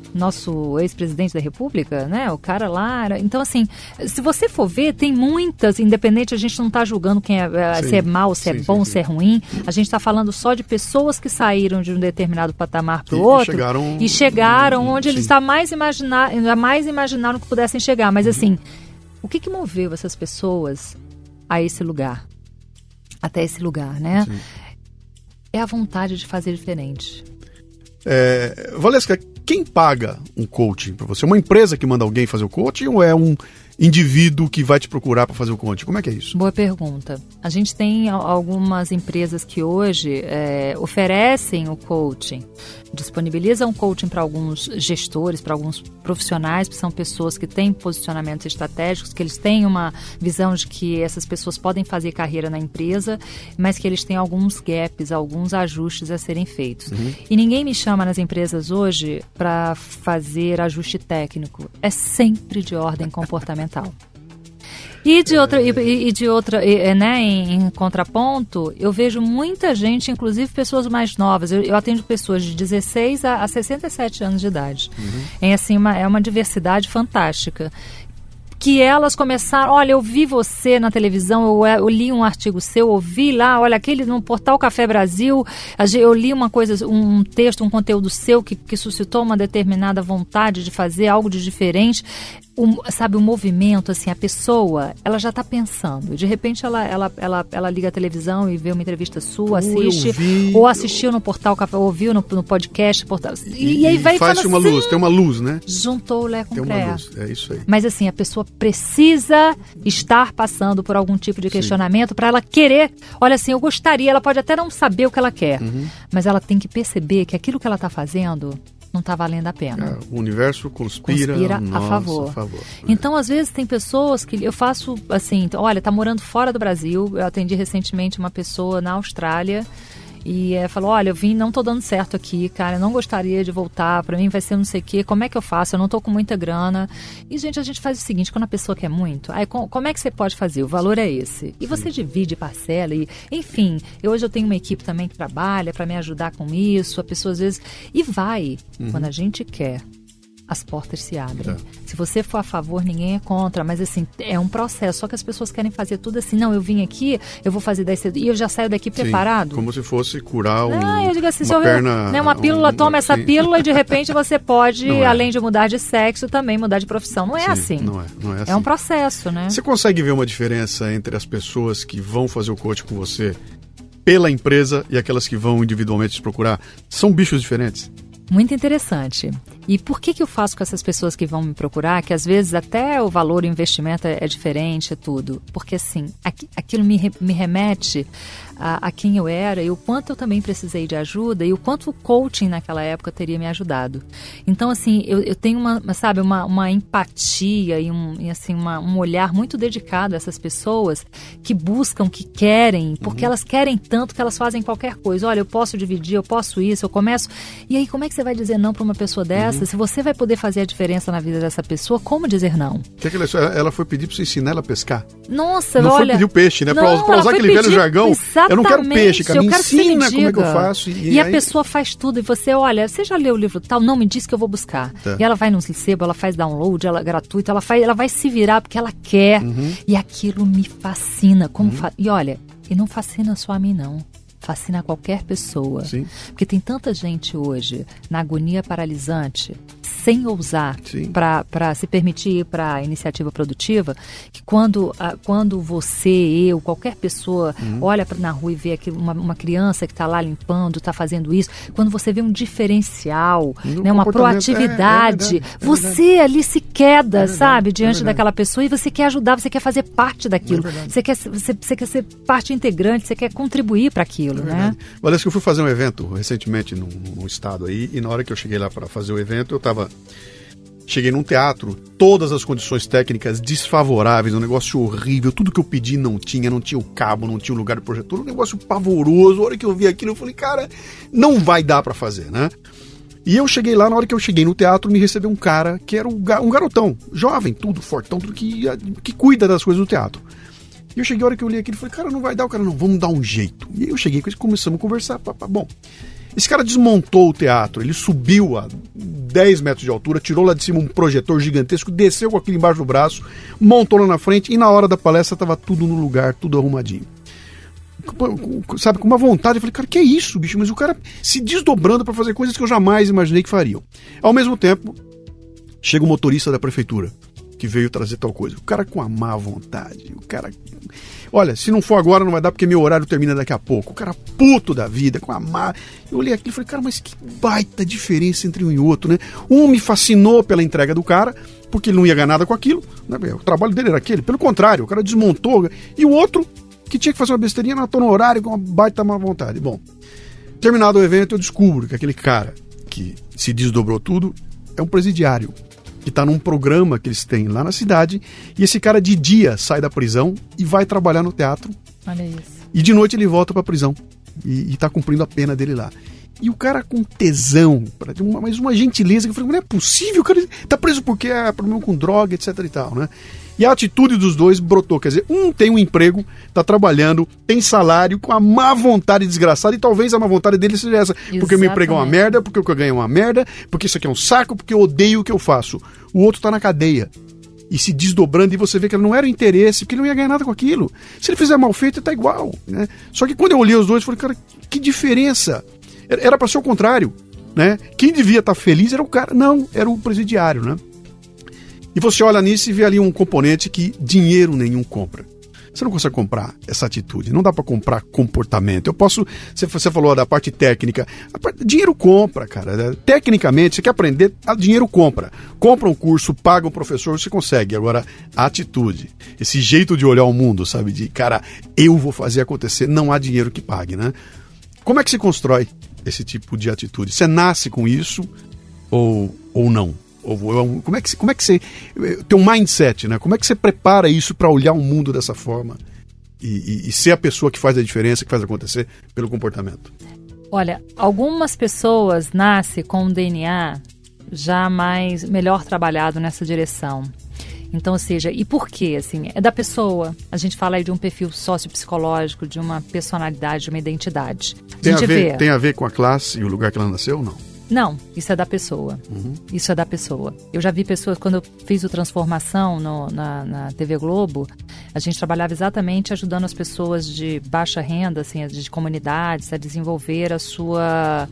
nosso ex-presidente da República, né? O cara lá era... Então, assim, se você for ver, tem muitas, independente, a gente não está julgando quem é, se é mal, se sim, é bom, sim, sim. se é ruim. A gente está falando só de pessoas que saíram de um determinado patamar para o outro. Chegaram, e chegaram onde sim. eles jamais, imaginar, jamais imaginaram que pudessem chegar. Mas, assim, o que, que moveu essas pessoas a esse lugar? Até esse lugar, né? Sim. É a vontade de fazer diferente. É, Valesca, quem paga um coaching para você? Uma empresa que manda alguém fazer o coaching ou é um indivíduo que vai te procurar para fazer o coaching? Como é que é isso? Boa pergunta. A gente tem algumas empresas que hoje é, oferecem o coaching, disponibilizam o coaching para alguns gestores, para alguns profissionais, que são pessoas que têm posicionamentos estratégicos, que eles têm uma visão de que essas pessoas podem fazer carreira na empresa, mas que eles têm alguns gaps, alguns ajustes a serem feitos. Uhum. E ninguém me chama nas empresas hoje para fazer ajuste técnico. É sempre de ordem comportamental. E de outra, e, e de outra e, né, em, em contraponto, eu vejo muita gente, inclusive pessoas mais novas. Eu, eu atendo pessoas de dezesseis a, a sessenta e sete anos de idade. Uhum. É, assim, uma, é uma diversidade fantástica. Que elas começaram, olha, eu vi você na televisão, eu, eu li um artigo seu, ouvi lá, olha, aquele no portal Café Brasil, eu li uma coisa, um texto, um conteúdo seu que, que suscitou uma determinada vontade de fazer algo de diferente. O, sabe, o movimento, assim, a pessoa, ela já está pensando. De repente, ela, ela, ela, ela liga a televisão e vê uma entrevista sua, assiste, vi, ou assistiu eu... no portal, ouviu no, no podcast. Portal, e, e, e aí vai faz uma assim, luz, tem uma luz, né? Juntou o Lé com o Tem uma luz, é isso aí. Mas assim, a pessoa precisa estar passando por algum tipo de questionamento para ela querer, olha assim, eu gostaria, ela pode até não saber o que ela quer, uhum. mas ela tem que perceber que aquilo que ela está fazendo não está valendo a pena. É, o universo conspira, conspira nossa, a favor. A favor né? Então, às vezes, tem pessoas que eu faço assim, olha, tá morando fora do Brasil. Eu atendi recentemente uma pessoa na Austrália e é, falou, olha, eu vim, não tô dando certo aqui, cara, eu não gostaria de voltar, pra mim vai ser não sei o quê, como é que eu faço? Eu não tô com muita grana. E, gente, a gente faz o seguinte, quando a pessoa quer muito, aí com, como é que você pode fazer? O valor é esse. E você Sim. divide, parcela, e enfim, eu, hoje eu tenho uma equipe também que trabalha pra me ajudar com isso, a pessoa às vezes, e vai, uhum. quando a gente quer. As portas se abrem. É. Se você for a favor, ninguém é contra, mas assim, é um processo, só que as pessoas querem fazer tudo assim, não, eu vim aqui, eu vou fazer dez e eu já saio daqui Sim, preparado. Como se fosse curar um, não, eu digo assim, uma eu, perna... Né, uma pílula, um, toma essa sim. pílula e de repente você pode, é. além de mudar de sexo, também mudar de profissão. Não é Sim, assim. Não é, não é assim. É um processo, né? Você consegue ver uma diferença entre as pessoas que vão fazer o coaching com você pela empresa e aquelas que vão individualmente te procurar? São bichos diferentes? Muito interessante. E por que que eu faço com essas pessoas que vão me procurar, que às vezes até o valor, o investimento é, é diferente, é tudo? Porque assim, aqu- aquilo me, re- me remete a, a quem eu era e o quanto eu também precisei de ajuda e o quanto o coaching naquela época teria me ajudado. Então, assim, eu, eu tenho uma, sabe, uma, uma empatia e, um, e assim, uma, um olhar muito dedicado a essas pessoas que buscam, que querem, porque uhum. elas querem tanto que elas fazem qualquer coisa. Olha, eu posso dividir, eu posso isso, eu começo... E aí, como é que você vai dizer não para uma pessoa dessa? Uhum. Se você vai poder fazer a diferença na vida dessa pessoa, como dizer não? Que é que ela, ela foi pedir para você ensinar ela a pescar? Nossa, não olha... Não foi pedir o peixe, né? Não, para usar aquele pedir, velho jargão. Exatamente. Eu não quero peixe, cara. Me eu quero ensina que me como é que eu faço. E, e, e a aí... pessoa faz tudo e você, olha, você já leu o livro tal? Não, me diz que eu vou buscar. Tá. E ela vai no sebo, ela faz download, ela é gratuito, ela, faz, ela vai se virar porque ela quer. Uhum. E aquilo me fascina. Como uhum. fa... E olha, e não fascina só a mim, não. Fascina qualquer pessoa. Sim. Porque tem tanta gente hoje na agonia paralisante, sem ousar para se permitir ir para a iniciativa produtiva, que quando, a, quando você, eu, qualquer pessoa uhum. olha pra, na rua e vê aquilo, uma, uma criança que está lá limpando, está fazendo isso, quando você vê um diferencial, né, uma proatividade, é, é verdade, é você verdade. ali se queda, é verdade, sabe, diante é daquela pessoa e você quer ajudar, você quer fazer parte daquilo, é você, quer, você, você quer ser parte integrante, você quer contribuir para aquilo. É né? Parece que eu fui fazer um evento recentemente num, num estado aí, e na hora que eu cheguei lá para fazer o evento, eu tava. Cheguei num teatro, todas as condições técnicas desfavoráveis, um negócio horrível, tudo que eu pedi não tinha, não tinha o cabo, não tinha o lugar de projetor, um negócio pavoroso. A hora que eu vi aquilo, eu falei, cara, não vai dar para fazer, né? E eu cheguei lá, na hora que eu cheguei no teatro, me recebeu um cara que era um garotão, jovem, tudo fortão, tudo que, que cuida das coisas do teatro. E eu cheguei, a hora que eu li aquilo, falei, cara, não vai dar, o cara, não, vamos dar um jeito. E aí eu cheguei com ele, começamos a conversar, pá, pá, bom. Esse cara desmontou o teatro, ele subiu a dez metros de altura, tirou lá de cima um projetor gigantesco, desceu com aquilo embaixo do braço, montou lá na frente e na hora da palestra estava tudo no lugar, tudo arrumadinho. Sabe, com uma vontade, eu falei, cara, que é isso, bicho? Mas o cara se desdobrando para fazer coisas que eu jamais imaginei que fariam. Ao mesmo tempo, chega o motorista da prefeitura, que veio trazer tal coisa. O cara com a má vontade, o cara... Olha, se não for agora não vai dar porque meu horário termina daqui a pouco. O cara puto da vida, com a má... Eu olhei aquilo e falei, cara, mas que baita diferença entre um e outro, né? Um me fascinou pela entrega do cara, porque ele não ia ganhar nada com aquilo, né? O trabalho dele era aquele. Pelo contrário, o cara desmontou. E o outro, que tinha que fazer uma besteirinha, matou no horário com uma baita má vontade. Bom, terminado o evento, eu descubro que aquele cara que se desdobrou tudo é um presidiário, que está num programa que eles têm lá na cidade, e esse cara de dia sai da prisão e vai trabalhar no teatro. Olha isso. E de noite ele volta para a prisão e está cumprindo a pena dele lá. E o cara com tesão, uma, mas uma gentileza, que eu falei, mas não é possível, o cara está preso porque é problema com droga, etc e tal, né? E a atitude dos dois brotou, quer dizer, um tem um emprego, está trabalhando, tem salário, com a má vontade desgraçada, e talvez a má vontade dele seja essa, porque Exatamente. Meu emprego é uma merda, porque o que eu ganho é uma merda, porque isso aqui é um saco, porque eu odeio o que eu faço. O outro está na cadeia, e se desdobrando, e você vê que ele não era o interesse, porque ele não ia ganhar nada com aquilo. Se ele fizer mal feito, está igual, né? Só que quando eu olhei os dois, eu falei, cara, que diferença. Era para ser o contrário, né? Quem devia estar feliz era o cara, não, era o presidiário, né? E você olha nisso e vê ali um componente que dinheiro nenhum compra. Você não consegue comprar essa atitude, não dá para comprar comportamento. Eu posso, você falou da parte técnica, a parte, dinheiro compra, cara. Tecnicamente, você quer aprender, dinheiro compra. Compra um curso, paga um professor, você consegue. Agora, a atitude, esse jeito de olhar o mundo, sabe? De, cara, eu vou fazer acontecer, não há dinheiro que pague, né? Como é que se constrói esse tipo de atitude? Você nasce com isso ou, ou não? Ou, como é que, como é que você tem um mindset, né? Como é que você prepara isso para olhar o mundo dessa forma e, e, e ser a pessoa que faz a diferença, que faz acontecer pelo comportamento? Olha, algumas pessoas nascem com um D N A já mais melhor trabalhado nessa direção. Então, ou seja, e por quê? Assim, é da pessoa. A gente fala aí de um perfil sociopsicológico, de uma personalidade, de uma identidade. A tem, gente a ver, vê... tem a ver com a classe e o lugar que ela nasceu ou não? Não, isso é da pessoa. Uhum. Isso é da pessoa. Eu já vi pessoas, quando eu fiz o Transformação no, na, na T V Globo, a gente trabalhava exatamente ajudando as pessoas de baixa renda, assim, de comunidades, a desenvolver a sua...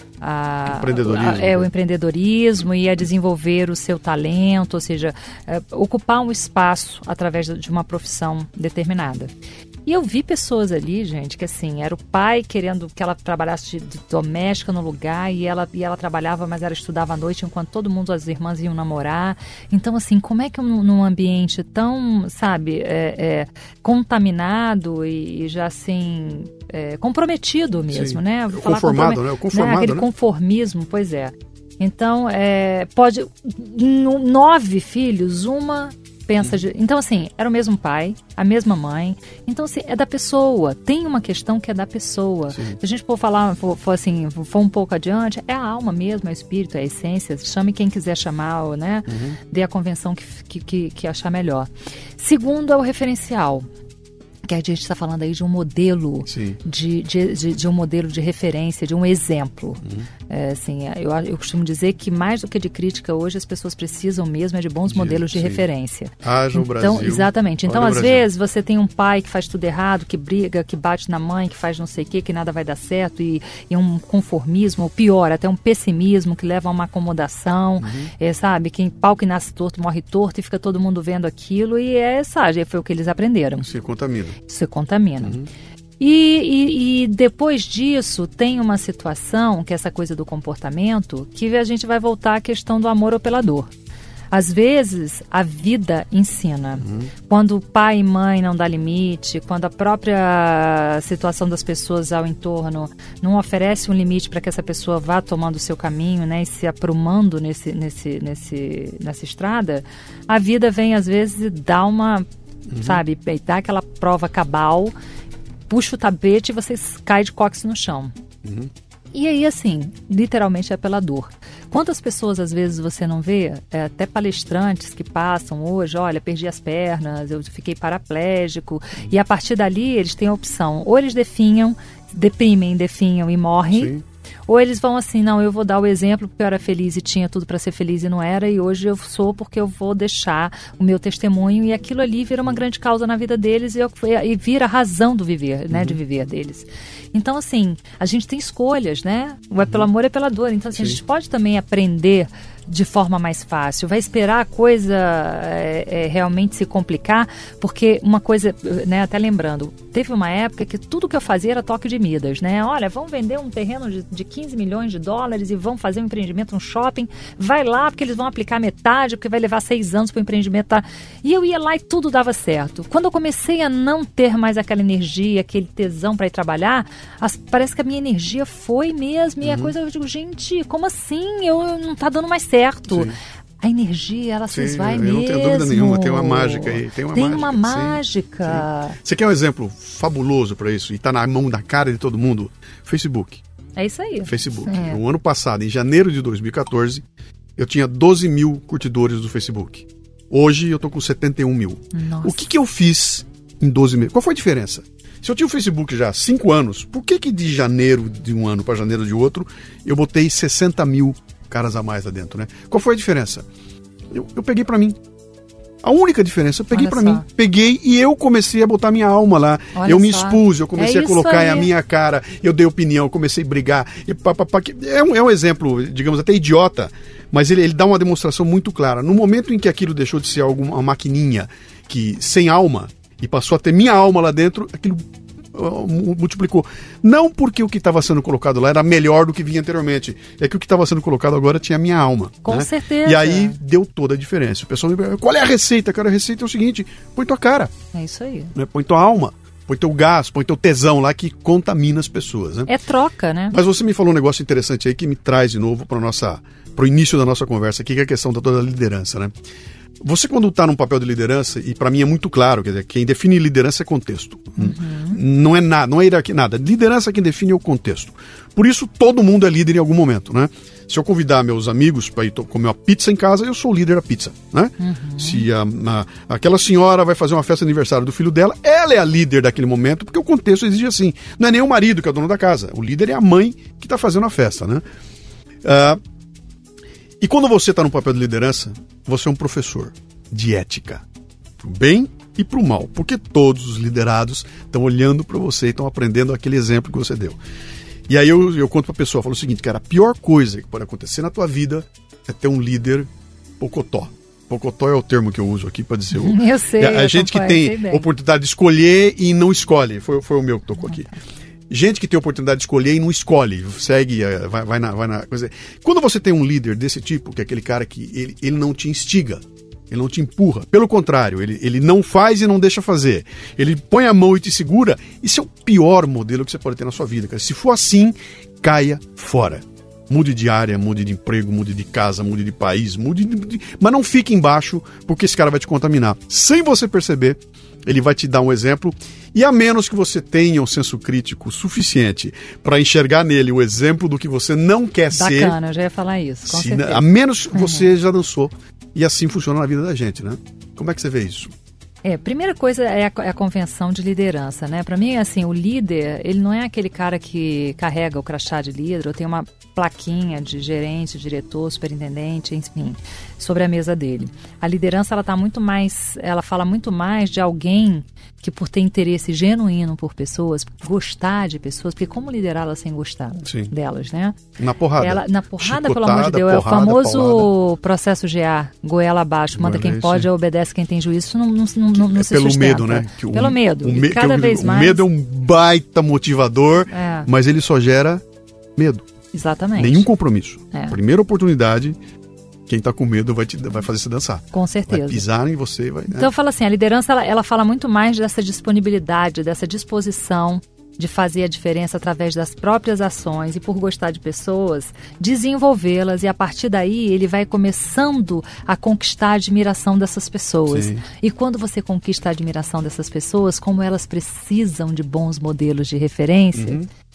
A, empreendedorismo. A, é, o empreendedorismo e a desenvolver o seu talento, ou seja, é, ocupar um espaço através de uma profissão determinada. E eu vi pessoas ali, gente, que assim, era o pai querendo que ela trabalhasse de, de doméstica no lugar e ela, e ela trabalhava, mas ela estudava à noite enquanto todo mundo, as irmãs iam namorar. Então, assim, como é que num, num ambiente tão, sabe, é, é, contaminado e, e já assim, é, comprometido mesmo, Sim. né? O conformado, né? O conformado, né? Aquele né? conformismo, pois é. Então, é, pode, no, nove filhos, uma... pensa de... Então, assim, era o mesmo pai, a mesma mãe. Então, assim, é da pessoa. Tem uma questão que é da pessoa. Sim. Se a gente for falar, for, for, assim, for um pouco adiante, é a alma mesmo, é o espírito, é a essência. Chame quem quiser chamar, né? Uhum. Dê a convenção que, que, que achar melhor. Segundo é o referencial. Que a gente está falando aí de um modelo, de, de, de, de um modelo de referência, de um exemplo. Uhum. É, assim, eu, eu costumo dizer que mais do que de crítica hoje, as pessoas precisam mesmo é de bons de, modelos de sim. referência. Haja o então, Brasil. Exatamente. Então, Olha às vezes, você tem um pai que faz tudo errado, que briga, que bate na mãe, que faz não sei o quê, que nada vai dar certo, e, e um conformismo, ou pior, até um pessimismo que leva a uma acomodação, uhum. é, sabe? Quem pau que nasce torto, morre torto, e fica todo mundo vendo aquilo, e é, sabe, foi o que eles aprenderam. Se contamina. Se contamina. Uhum. E, e, e depois disso tem uma situação, que é essa coisa do comportamento, que a gente vai voltar à questão do amor ou pela dor. Às vezes, a vida ensina. Uhum. Quando pai e mãe não dá limite, quando a própria situação das pessoas ao entorno não oferece um limite para que essa pessoa vá tomando o seu caminho, né, e se aprumando nesse, nesse, nesse, nessa estrada, a vida vem, às vezes, e dá uma... Uhum. Sabe, dá aquela prova cabal, puxa o tapete e você cai de cóccix no chão. Uhum. E aí, assim, literalmente é pela dor. Quantas pessoas, às vezes, você não vê, é, até palestrantes que passam hoje, olha, perdi as pernas, eu fiquei paraplégico, e a partir dali eles têm a opção, ou eles definham, deprimem, definham e morrem, Sim. Ou eles vão assim, não, eu vou dar o exemplo porque eu era feliz e tinha tudo para ser feliz e não era, e hoje eu sou porque eu vou deixar o meu testemunho, e aquilo ali vira uma grande causa na vida deles e, eu, e vira a razão do viver, né, uhum. de viver deles. Então, assim, a gente tem escolhas, né? O é pelo amor, é pela dor. Então, assim, a gente pode também aprender de forma mais fácil. Vai esperar a coisa é, é, realmente se complicar, porque uma coisa, né, até lembrando, teve uma época que tudo que eu fazia era toque de Midas, né? Olha, vão vender um terreno de, de quinze milhões de dólares e vão fazer um empreendimento, um shopping, vai lá porque eles vão aplicar metade, porque vai levar seis anos para o empreendimento. Tá? E eu ia lá e tudo dava certo. Quando eu comecei a não ter mais aquela energia, aquele tesão para ir trabalhar, as, parece que a minha energia foi mesmo, e uhum. a coisa, eu digo, gente, como assim? Eu, eu não tá dando mais certo. Sim. A energia, ela se esvai mesmo. Não tenho dúvida nenhuma, tem uma mágica aí. Tem uma tem mágica. Uma mágica. Sim, sim. Você quer um exemplo fabuloso para isso? E está na mão da cara de todo mundo? Facebook. É isso aí. Facebook. É. No ano passado, em janeiro de dois mil e catorze, eu tinha doze mil curtidores do Facebook. Hoje eu tô com setenta e um mil. Nossa. O que, que eu fiz em doze meses? Qual foi a diferença? Se eu tinha o Facebook já há cinco anos, por que que de janeiro de um ano para janeiro de outro, eu botei sessenta mil caras a mais lá dentro, né? Qual foi a diferença? Eu, eu peguei pra mim. A única diferença, eu peguei Olha pra só. mim. Peguei e eu comecei a botar minha alma lá. Olha eu me só. expus, eu comecei é a colocar aí. a minha cara, eu dei opinião, eu comecei a brigar. E pá, pá, pá, é, um, é um exemplo, digamos, até idiota, mas ele, ele dá uma demonstração muito clara. No momento em que aquilo deixou de ser alguma, uma maquininha que, sem alma, e passou a ter minha alma lá dentro, aquilo multiplicou. Não porque o que estava sendo colocado lá era melhor do que vinha anteriormente, é que o que estava sendo colocado agora tinha a minha alma. Com né? certeza. E aí deu toda a diferença. O pessoal me pergunta, qual é a receita? Cara, a receita é o seguinte, põe tua cara. É isso aí. Né? Põe tua alma, põe teu gás, põe teu tesão lá que contamina as pessoas. Né? É troca, né? Mas você me falou um negócio interessante aí que me traz de novo para o início da nossa conversa aqui, que é a questão da toda a liderança, né? Você, quando está num papel de liderança, e para mim é muito claro, quer dizer, quem define liderança é contexto. Uhum. Não é nada, não é hierarquia, nada. Liderança quem define é o contexto. Por isso, todo mundo é líder em algum momento, né? Se eu convidar meus amigos para ir comer uma pizza em casa, eu sou o líder da pizza, né? Uhum. Se a, a, aquela senhora vai fazer uma festa de aniversário do filho dela, ela é a líder daquele momento, porque o contexto exige assim. Não é nem o marido que é o dono da casa. O líder é a mãe que está fazendo a festa, né? Uh, E quando você está no papel de liderança, você é um professor de ética, pro bem e pro mal, porque todos os liderados estão olhando para você e estão aprendendo aquele exemplo que você deu. E aí eu, eu conto para a pessoa, eu falo o seguinte, cara, a pior coisa que pode acontecer na tua vida é ter um líder pocotó. Pocotó é o termo que eu uso aqui para dizer... O, eu sei, a, a eu gente que tem oportunidade de escolher e não escolhe, foi, foi o meu que tocou aqui. Gente que tem a oportunidade de escolher e não escolhe, segue, vai, vai, na, vai na coisa. Quando você tem um líder desse tipo, que é aquele cara que ele, ele não te instiga, ele não te empurra, pelo contrário, ele, ele não faz e não deixa fazer, ele põe a mão e te segura, isso é o pior modelo que você pode ter na sua vida, cara. Se for assim, caia fora. Mude de área, mude de emprego, mude de casa, mude de país, mude de... mas não fique embaixo, porque esse cara vai te contaminar. Sem você perceber, ele vai te dar um exemplo, e a menos que você tenha um senso crítico suficiente para enxergar nele o exemplo do que você não quer Bacana, ser... Bacana, eu já ia falar isso, com se, certeza. A menos que você uhum. já dançou. E assim funciona na vida da gente, né? Como é que você vê isso? É, primeira coisa é a, é a convenção de liderança, né? Para mim, assim, o líder, ele não é aquele cara que carrega o crachá de líder ou tem uma plaquinha de gerente, diretor, superintendente, enfim, sobre a mesa dele. A liderança, ela tá muito mais, ela fala muito mais de alguém que, por ter interesse genuíno por pessoas, gostar de pessoas, porque como liderá-las sem gostar Sim. delas, né? Na porrada. Ela, na porrada, Chicotada, pelo amor de Deus, porrada, é o famoso paulada. Processo G A, goela abaixo, manda quem pode, obedece quem tem juízo, isso não, não, não, não, não é se pelo sustenta. medo, né? Que pelo o, medo, o me, cada o, vez o mais... O medo é um baita motivador, é. mas ele só gera medo. Exatamente. Nenhum compromisso. É. Primeira oportunidade, quem tá com medo vai, te, vai fazer você dançar. Com certeza. Vai pisar em você. Vai, né? Então eu falo assim, a liderança ela, ela fala muito mais dessa disponibilidade, dessa disposição de fazer a diferença através das próprias ações e por gostar de pessoas, desenvolvê-las e a partir daí ele vai começando a conquistar a admiração dessas pessoas. Sim. E quando você conquista a admiração dessas pessoas, como elas precisam de bons modelos de referência, uhum.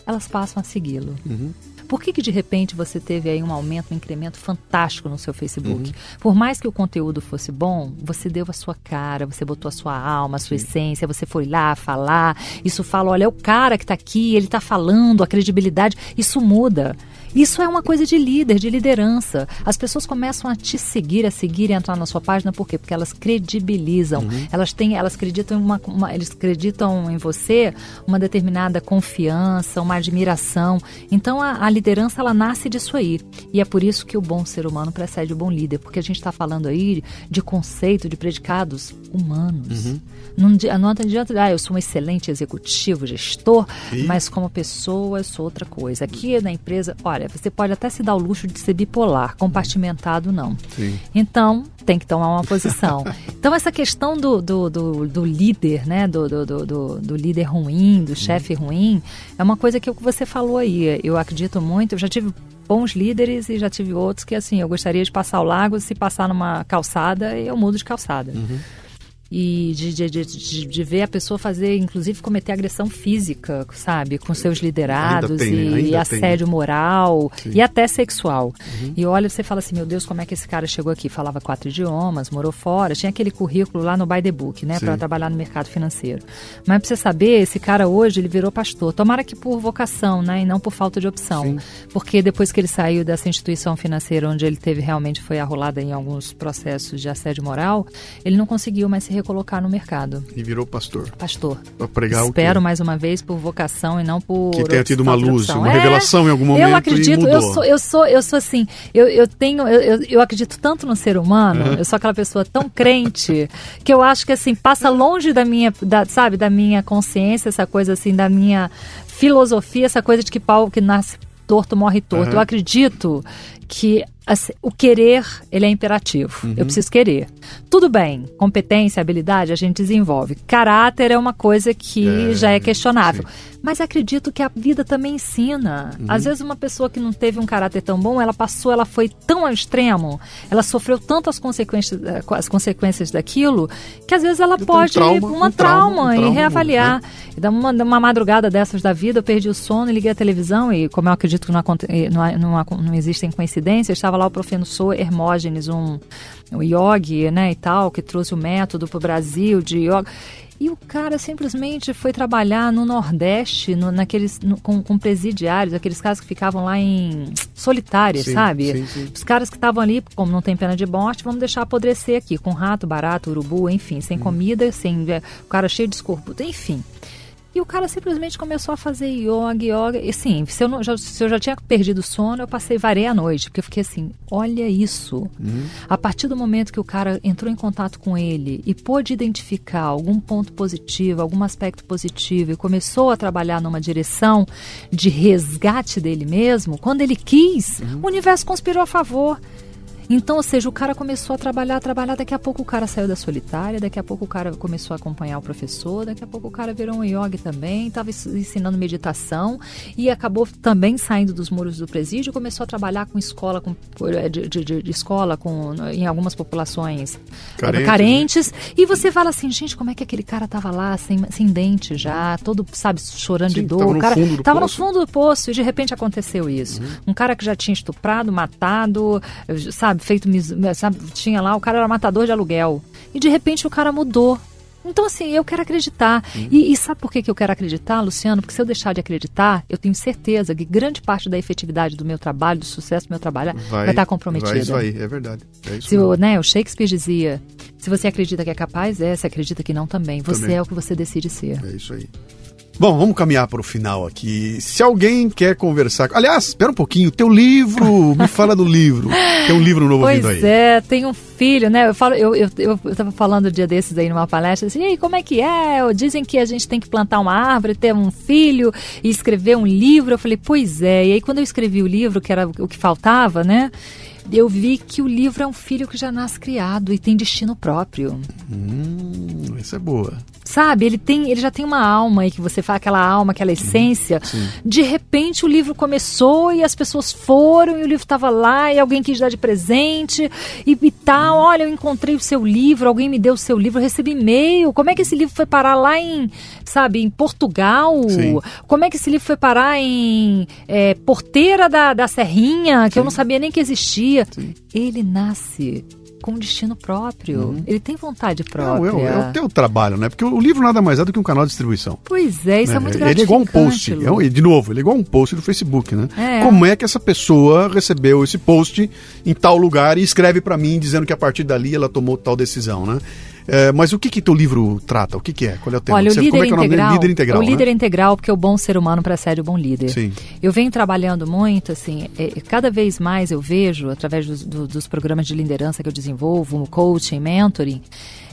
elas passam a segui-lo. Uhum. Por que que de repente você teve aí um aumento, um incremento fantástico no seu Facebook? Uhum. Por mais que o conteúdo fosse bom, você deu a sua cara, você botou a sua alma, a sua Sim. essência, você foi lá falar, isso fala, olha, é o cara que está aqui, ele está falando, a credibilidade, isso muda. Isso é uma coisa de líder, de liderança. As pessoas começam a te seguir, a seguir e a entrar na sua página, por quê? Porque elas credibilizam. Uhum. Elas têm, elas acreditam em uma, uma, eles acreditam em você uma determinada confiança, uma admiração. Então a, a liderança, ela nasce disso aí. E é por isso que o bom ser humano precede o bom líder, porque a gente está falando aí de conceito, de predicados humanos. Uhum. Não, não adianta, ah, eu sou um excelente executivo, gestor, e? mas como pessoa eu sou outra coisa. Aqui na empresa, olha, você pode até se dar o luxo de ser bipolar, compartimentado não. Sim. Então, tem que tomar uma posição. Então, essa questão do, do, do, do líder, né? Do, do, do, do líder ruim, do chefe ruim, é uma coisa que você falou aí. Eu acredito muito, eu já tive bons líderes e já tive outros que, assim, eu gostaria de passar o lago, se passar numa calçada, eu mudo de calçada. Uhum. E de, de, de, de ver a pessoa fazer, inclusive cometer agressão física, sabe? Com seus liderados tem, e, e assédio tem. moral Sim. e até sexual. Uhum. E olha, você fala assim, meu Deus, como é que esse cara chegou aqui? Falava quatro idiomas, morou fora, tinha aquele currículo lá no By the Book, né? Para trabalhar no mercado financeiro. Mas pra você saber, esse cara hoje, ele virou pastor. Tomara que por vocação, né? E não por falta de opção. Sim. Porque depois que ele saiu dessa instituição financeira, onde ele teve realmente, foi arrolado em alguns processos de assédio moral, ele não conseguiu mais se colocar no mercado. E virou pastor. Pastor. Para pregar Espero o quê? mais uma vez por vocação e não por... Que tenha tido uma luz, uma é, revelação em algum momento. Eu acredito, eu sou, eu sou, eu sou assim, eu, eu tenho, eu, eu, eu acredito tanto no ser humano, uhum. eu sou aquela pessoa tão crente, que eu acho que assim, passa longe da minha, da, sabe, da minha consciência, essa coisa assim, da minha filosofia, essa coisa de que pau que nasce torto morre torto. Uhum. Eu acredito que assim, o querer, ele é imperativo. Uhum. Eu preciso querer. Tudo bem, competência, habilidade, a gente desenvolve. Caráter é uma coisa que é, já é questionável. Sim. Mas acredito que a vida também ensina. Uhum. Às vezes uma pessoa que não teve um caráter tão bom, ela passou, ela foi tão ao extremo, ela sofreu tanto as consequências, as consequências daquilo, que às vezes ela eu pode um trauma, uma um trauma, trauma, um trauma e reavaliar. Né? E dá uma, uma madrugada dessas da vida, eu perdi o sono, liguei a televisão e como eu acredito que não, não, não, não existem coincidências, estava lá o professor Hermógenes, um, um yogi, né, e tal, que trouxe o método para o Brasil de yoga. E o cara simplesmente foi trabalhar no Nordeste, no, naqueles, no, com, com presidiários, aqueles caras que ficavam lá em solitárias, sim, sabe? Sim, sim. Os caras que estavam ali, como não tem pena de morte, vamos deixar apodrecer aqui, com rato, barato, urubu, enfim, sem hum. comida, sem o cara cheio de escorbuto, enfim. E o cara simplesmente começou a fazer yoga, yoga. E sim, se eu, não, já, se eu já tinha perdido o sono, eu passei varei a noite. Porque eu fiquei assim, olha isso. Uhum. A partir do momento que o cara entrou em contato com ele e pôde identificar algum ponto positivo, algum aspecto positivo e começou a trabalhar numa direção de resgate dele mesmo, quando ele quis, uhum. o universo conspirou a favor. Então, ou seja, o cara começou a trabalhar, a trabalhar, daqui a pouco o cara saiu da solitária, daqui a pouco o cara começou a acompanhar o professor, daqui a pouco o cara virou um yogi também, estava ensinando meditação e acabou também saindo dos muros do presídio, começou a trabalhar com escola, com, de, de, de escola com, em algumas populações carentes, carentes, né? E você fala assim, gente, como é que aquele cara estava lá, sem, sem dente já, todo, sabe, chorando Sim, de dor, o cara estava no fundo do poço e de repente aconteceu isso. Uhum. Um cara que já tinha estuprado, matado, sabe, feito, sabe, tinha lá, o cara era matador de aluguel. E de repente o cara mudou. Então, assim, eu quero acreditar. Hum. E, e sabe por que, que eu quero acreditar, Luciano? Porque se eu deixar de acreditar, eu tenho certeza que grande parte da efetividade do meu trabalho, do sucesso do meu trabalho, vai, vai estar comprometida. Vai isso aí, é verdade. É isso se o, né, o Shakespeare dizia, se você acredita que é capaz, é. Se acredita que não, também. Você também. É o que você decide ser. É isso aí. Bom, vamos caminhar para o final aqui. Se alguém quer conversar... Aliás, espera um pouquinho, teu livro, me fala do livro. Tem um livro novo pois vindo aí. Pois é, tem um filho, né? Eu falo, eu, eu, eu, eu tava falando um dia desses aí numa palestra, assim, e aí, como é que é? Dizem que a gente tem que plantar uma árvore, ter um filho e escrever um livro. Eu falei, pois é. E aí, quando eu escrevi o livro, que era o que faltava, né? Eu vi que o livro é um filho que já nasce criado e tem destino próprio. Hum, essa é boa. Sabe, ele, tem, ele já tem uma alma aí, que você fala, aquela alma, aquela essência. Sim. De repente o livro começou e as pessoas foram e o livro estava lá e alguém quis dar de presente e, e tal. Olha, eu encontrei o seu livro, alguém me deu o seu livro, eu recebi e-mail. Como é que esse livro foi parar lá em, sabe, em Portugal? Sim. Como é que esse livro foi parar em é, Porteira da, da Serrinha, que Sim. eu não sabia nem que existia? Sim. Ele nasce com um destino próprio. Uhum. Ele tem vontade própria. É, é, é o teu trabalho, né? Porque o livro nada mais é do que um canal de distribuição. Pois é, isso né? é muito gratificante. Ele é igual um post. É, de novo, ele é igual um post do Facebook, né? É. Como é que essa pessoa recebeu esse post em tal lugar e escreve para mim dizendo que a partir dali ela tomou tal decisão, né? É, mas o que que teu livro trata? O que que é? Qual é o tema? Olha, o Você, líder, como é que integral, é o nome? Líder integral, o líder né? integral, porque o bom ser humano precede o bom líder. Sim. Eu venho trabalhando muito, assim, é, cada vez mais eu vejo, através dos, do, dos programas de liderança que eu desenvolvo, coaching, mentoring,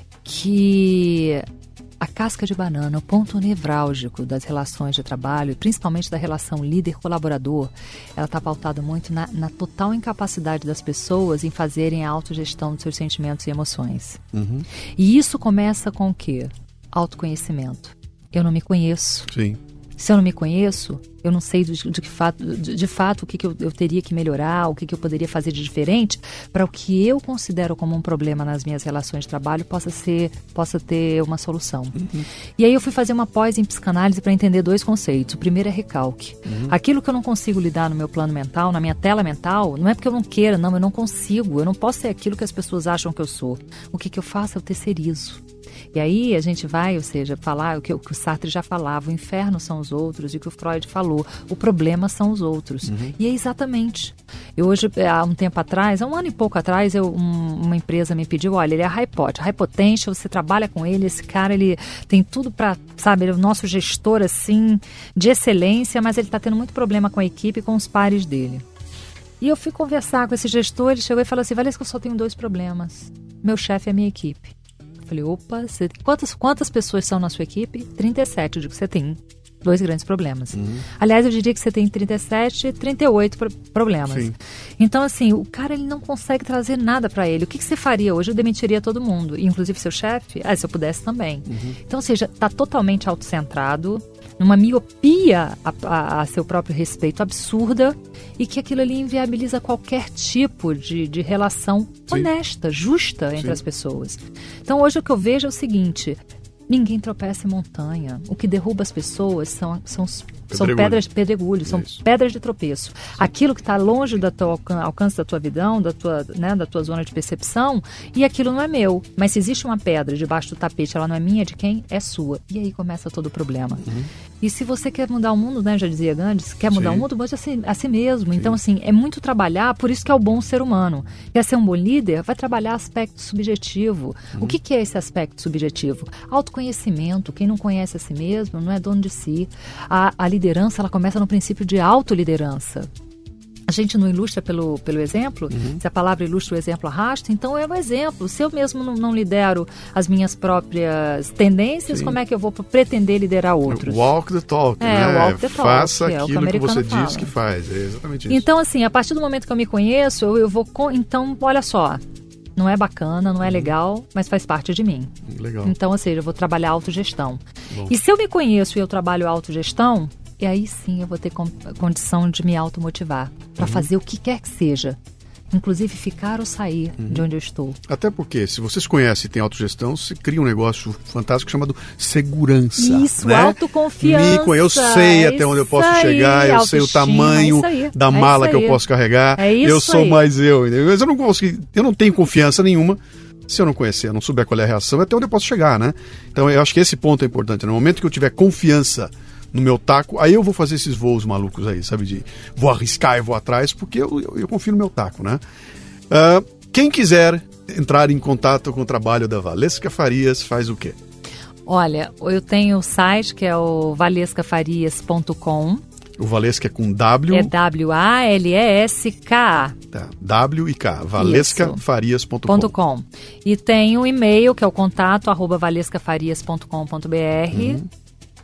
que a casca de banana, o ponto nevrálgico das relações de trabalho, principalmente da relação líder-colaborador, ela está pautada muito na, na total incapacidade das pessoas em fazerem a autogestão dos seus sentimentos e emoções. Uhum. E isso começa com o quê? Autoconhecimento. Eu não me conheço. Sim. Se eu não me conheço, eu não sei de, de, de, fato, de, de fato o que, que eu, eu teria que melhorar, o que, que eu poderia fazer de diferente para o que eu considero como um problema nas minhas relações de trabalho possa, ser, possa ter uma solução. Uhum. E aí eu fui fazer uma pós em psicanálise para entender dois conceitos. O primeiro é recalque. Uhum. Aquilo que eu não consigo lidar no meu plano mental, na minha tela mental, não é porque eu não queira, não, eu não consigo. Eu não posso ser aquilo que as pessoas acham que eu sou. O que, que eu faço? Eu terceirizo. E aí a gente vai, ou seja, falar o que, o que o Sartre já falava, o inferno são os outros, e o que o Freud falou, o problema são os outros. Uhum. E é exatamente. Eu hoje, há um tempo atrás, há um ano e pouco atrás, eu, um, uma empresa me pediu, olha, ele é high pot, high potential, você trabalha com ele, esse cara, ele tem tudo para, sabe, ele é o nosso gestor, assim, de excelência, mas ele está tendo muito problema com a equipe e com os pares dele. E eu fui conversar com esse gestor, ele chegou e falou assim, Valesca, eu só tenho dois problemas, meu chefe e a minha equipe. Falei, opa, você, quantas, quantas pessoas são na sua equipe? trinta e sete, eu digo que você tem dois grandes problemas. Uhum. Aliás, eu diria que você tem trinta e sete, trinta e oito pro, problemas. Sim. Então, assim, o cara ele não consegue trazer nada para ele. O que, que você faria hoje? Eu demitiria todo mundo, inclusive seu chefe? Ah, se eu pudesse também. Uhum. Então, ou seja, está totalmente autocentrado, numa miopia a, a, a seu próprio respeito absurda, e que aquilo ali inviabiliza qualquer tipo de, de relação Sim. honesta, justa entre Sim. as pessoas. Então hoje o que eu vejo é o seguinte, ninguém tropeça em montanha. O que derruba as pessoas são, são, são pedras, pedregulhos, são Isso. pedras de tropeço. Sim. Aquilo que está longe do teu alcance, alcance da tua visão, da tua, né, da tua zona de percepção, e aquilo não é meu. Mas se existe uma pedra debaixo do tapete, ela não é minha, de quem? É sua. E aí começa todo o problema. Uhum. E se você quer mudar o mundo, né, já dizia Gandhi, se quer mudar Sim. o mundo, mude a si, a si mesmo. Sim. Então, assim, é muito trabalhar, por isso que é o bom ser humano. Quer ser um bom líder? Vai trabalhar aspecto subjetivo. Uhum. O que, que é esse aspecto subjetivo? Autoconhecimento. Quem não conhece a si mesmo não é dono de si. A, a liderança, ela começa no princípio de autoliderança. A gente não ilustra pelo, pelo exemplo, uhum. se a palavra ilustra o exemplo arrasta, então é o exemplo. Se eu mesmo não, não lidero as minhas próprias tendências, Sim. como é que eu vou pretender liderar outros? Walk the talk, é, né? Walk the talk, Faça é aquilo que, que você fala. diz que faz, é exatamente isso. Então, assim, a partir do momento que eu me conheço, eu, eu vou... Com... Então, olha só, não é bacana, não é uhum. legal, mas faz parte de mim. Legal. Então, ou seja, eu vou trabalhar autogestão. Bom. E se eu me conheço e eu trabalho autogestão, e aí sim eu vou ter condição de me automotivar para uhum. fazer o que quer que seja. Inclusive ficar ou sair uhum. de onde eu estou. Até porque, se você se conhece e tem autogestão, você cria um negócio fantástico chamado segurança. Isso, né? autoconfiança. Me, eu sei até onde eu posso aí, chegar, eu sei o tamanho é da mala é que eu posso carregar. É isso eu sou aí. mais eu. Mas eu não consigo, eu não tenho confiança nenhuma. Se eu não conhecer, eu não souber qual é a reação, até onde eu posso chegar, né? Então eu acho que esse ponto é importante. No momento que eu tiver confiança no meu taco, aí eu vou fazer esses voos malucos aí, sabe? De vou arriscar e vou atrás, porque eu, eu, eu confio no meu taco, né? Uh, quem quiser entrar em contato com o trabalho da Valesca Farias, faz o quê? Olha, eu tenho o site que é o valesca farias ponto com. O Valesca é com W. É W A L E S K A. Tá, W e K, valesca farias ponto com. .com. E tem o e-mail, que é o contato, arroba valesca farias ponto com ponto b r. Uhum.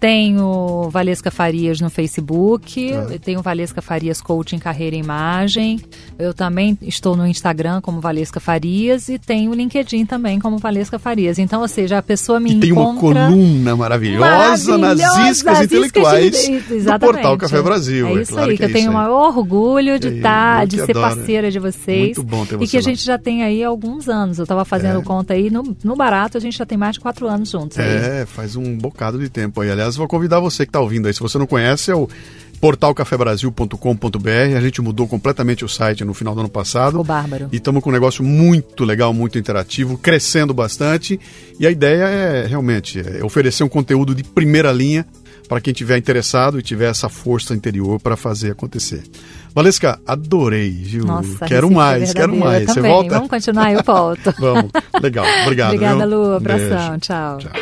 Tenho Valesca Farias no Facebook, Ah. tenho Valesca Farias Coaching Carreira e Imagem. Eu também estou no Instagram como Valesca Farias e tenho o LinkedIn também como Valesca Farias. Então, ou seja, a pessoa me E tem uma encontra... coluna maravilhosa, nas Maravilhosa, iscas as intelectuais iscas de- do Portal Café Brasil. É isso claro aí, que, é eu tenho o aí. maior orgulho de É, estar, eu de que ser adoro. parceira de vocês. Muito bom ter E você que a lá. gente já tem aí há alguns anos. Eu estava fazendo É. conta aí, no, no barato a gente já tem mais de quatro anos juntos aí. É, faz um bocado de tempo aí. Aliás, vou convidar você que está ouvindo aí. Se você não conhece, é o portal café brasil ponto com ponto b r. A gente mudou completamente o site no final do ano passado. Ficou bárbaro. E estamos com um negócio muito legal, muito interativo, crescendo bastante. E a ideia é realmente é oferecer um conteúdo de primeira linha para quem tiver interessado e tiver essa força interior para fazer acontecer. Valesca, adorei, viu? Nossa, quero Recife mais, é quero verdadeiro. mais. Eu Você também. volta? Vamos continuar, eu volto. Vamos. Legal. Obrigado. Obrigada, viu? Lu. Um Abração. beijo. Tchau. Tchau.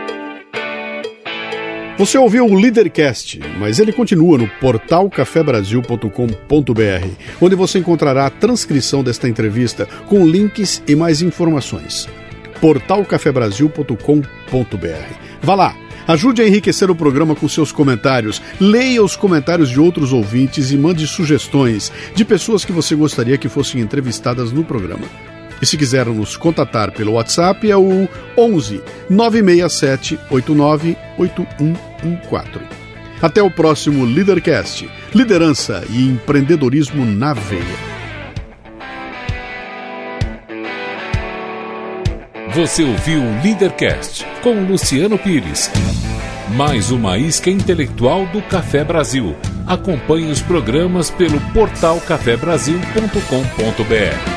Você ouviu o Leadercast, mas ele continua no portal café brasil ponto com ponto b r, onde você encontrará a transcrição desta entrevista com links e mais informações. portal café brasil ponto com ponto b r. Vá lá, ajude a enriquecer o programa com seus comentários, leia os comentários de outros ouvintes e mande sugestões de pessoas que você gostaria que fossem entrevistadas no programa. E se quiser nos contatar pelo WhatsApp é o onze nove seis sete oito nove oito um um quatro. Até o próximo Leadercast, liderança e empreendedorismo na veia. Você ouviu o Leadercast com Luciano Pires. Mais uma isca intelectual do Café Brasil. Acompanhe os programas pelo portal café brasil ponto com ponto b r.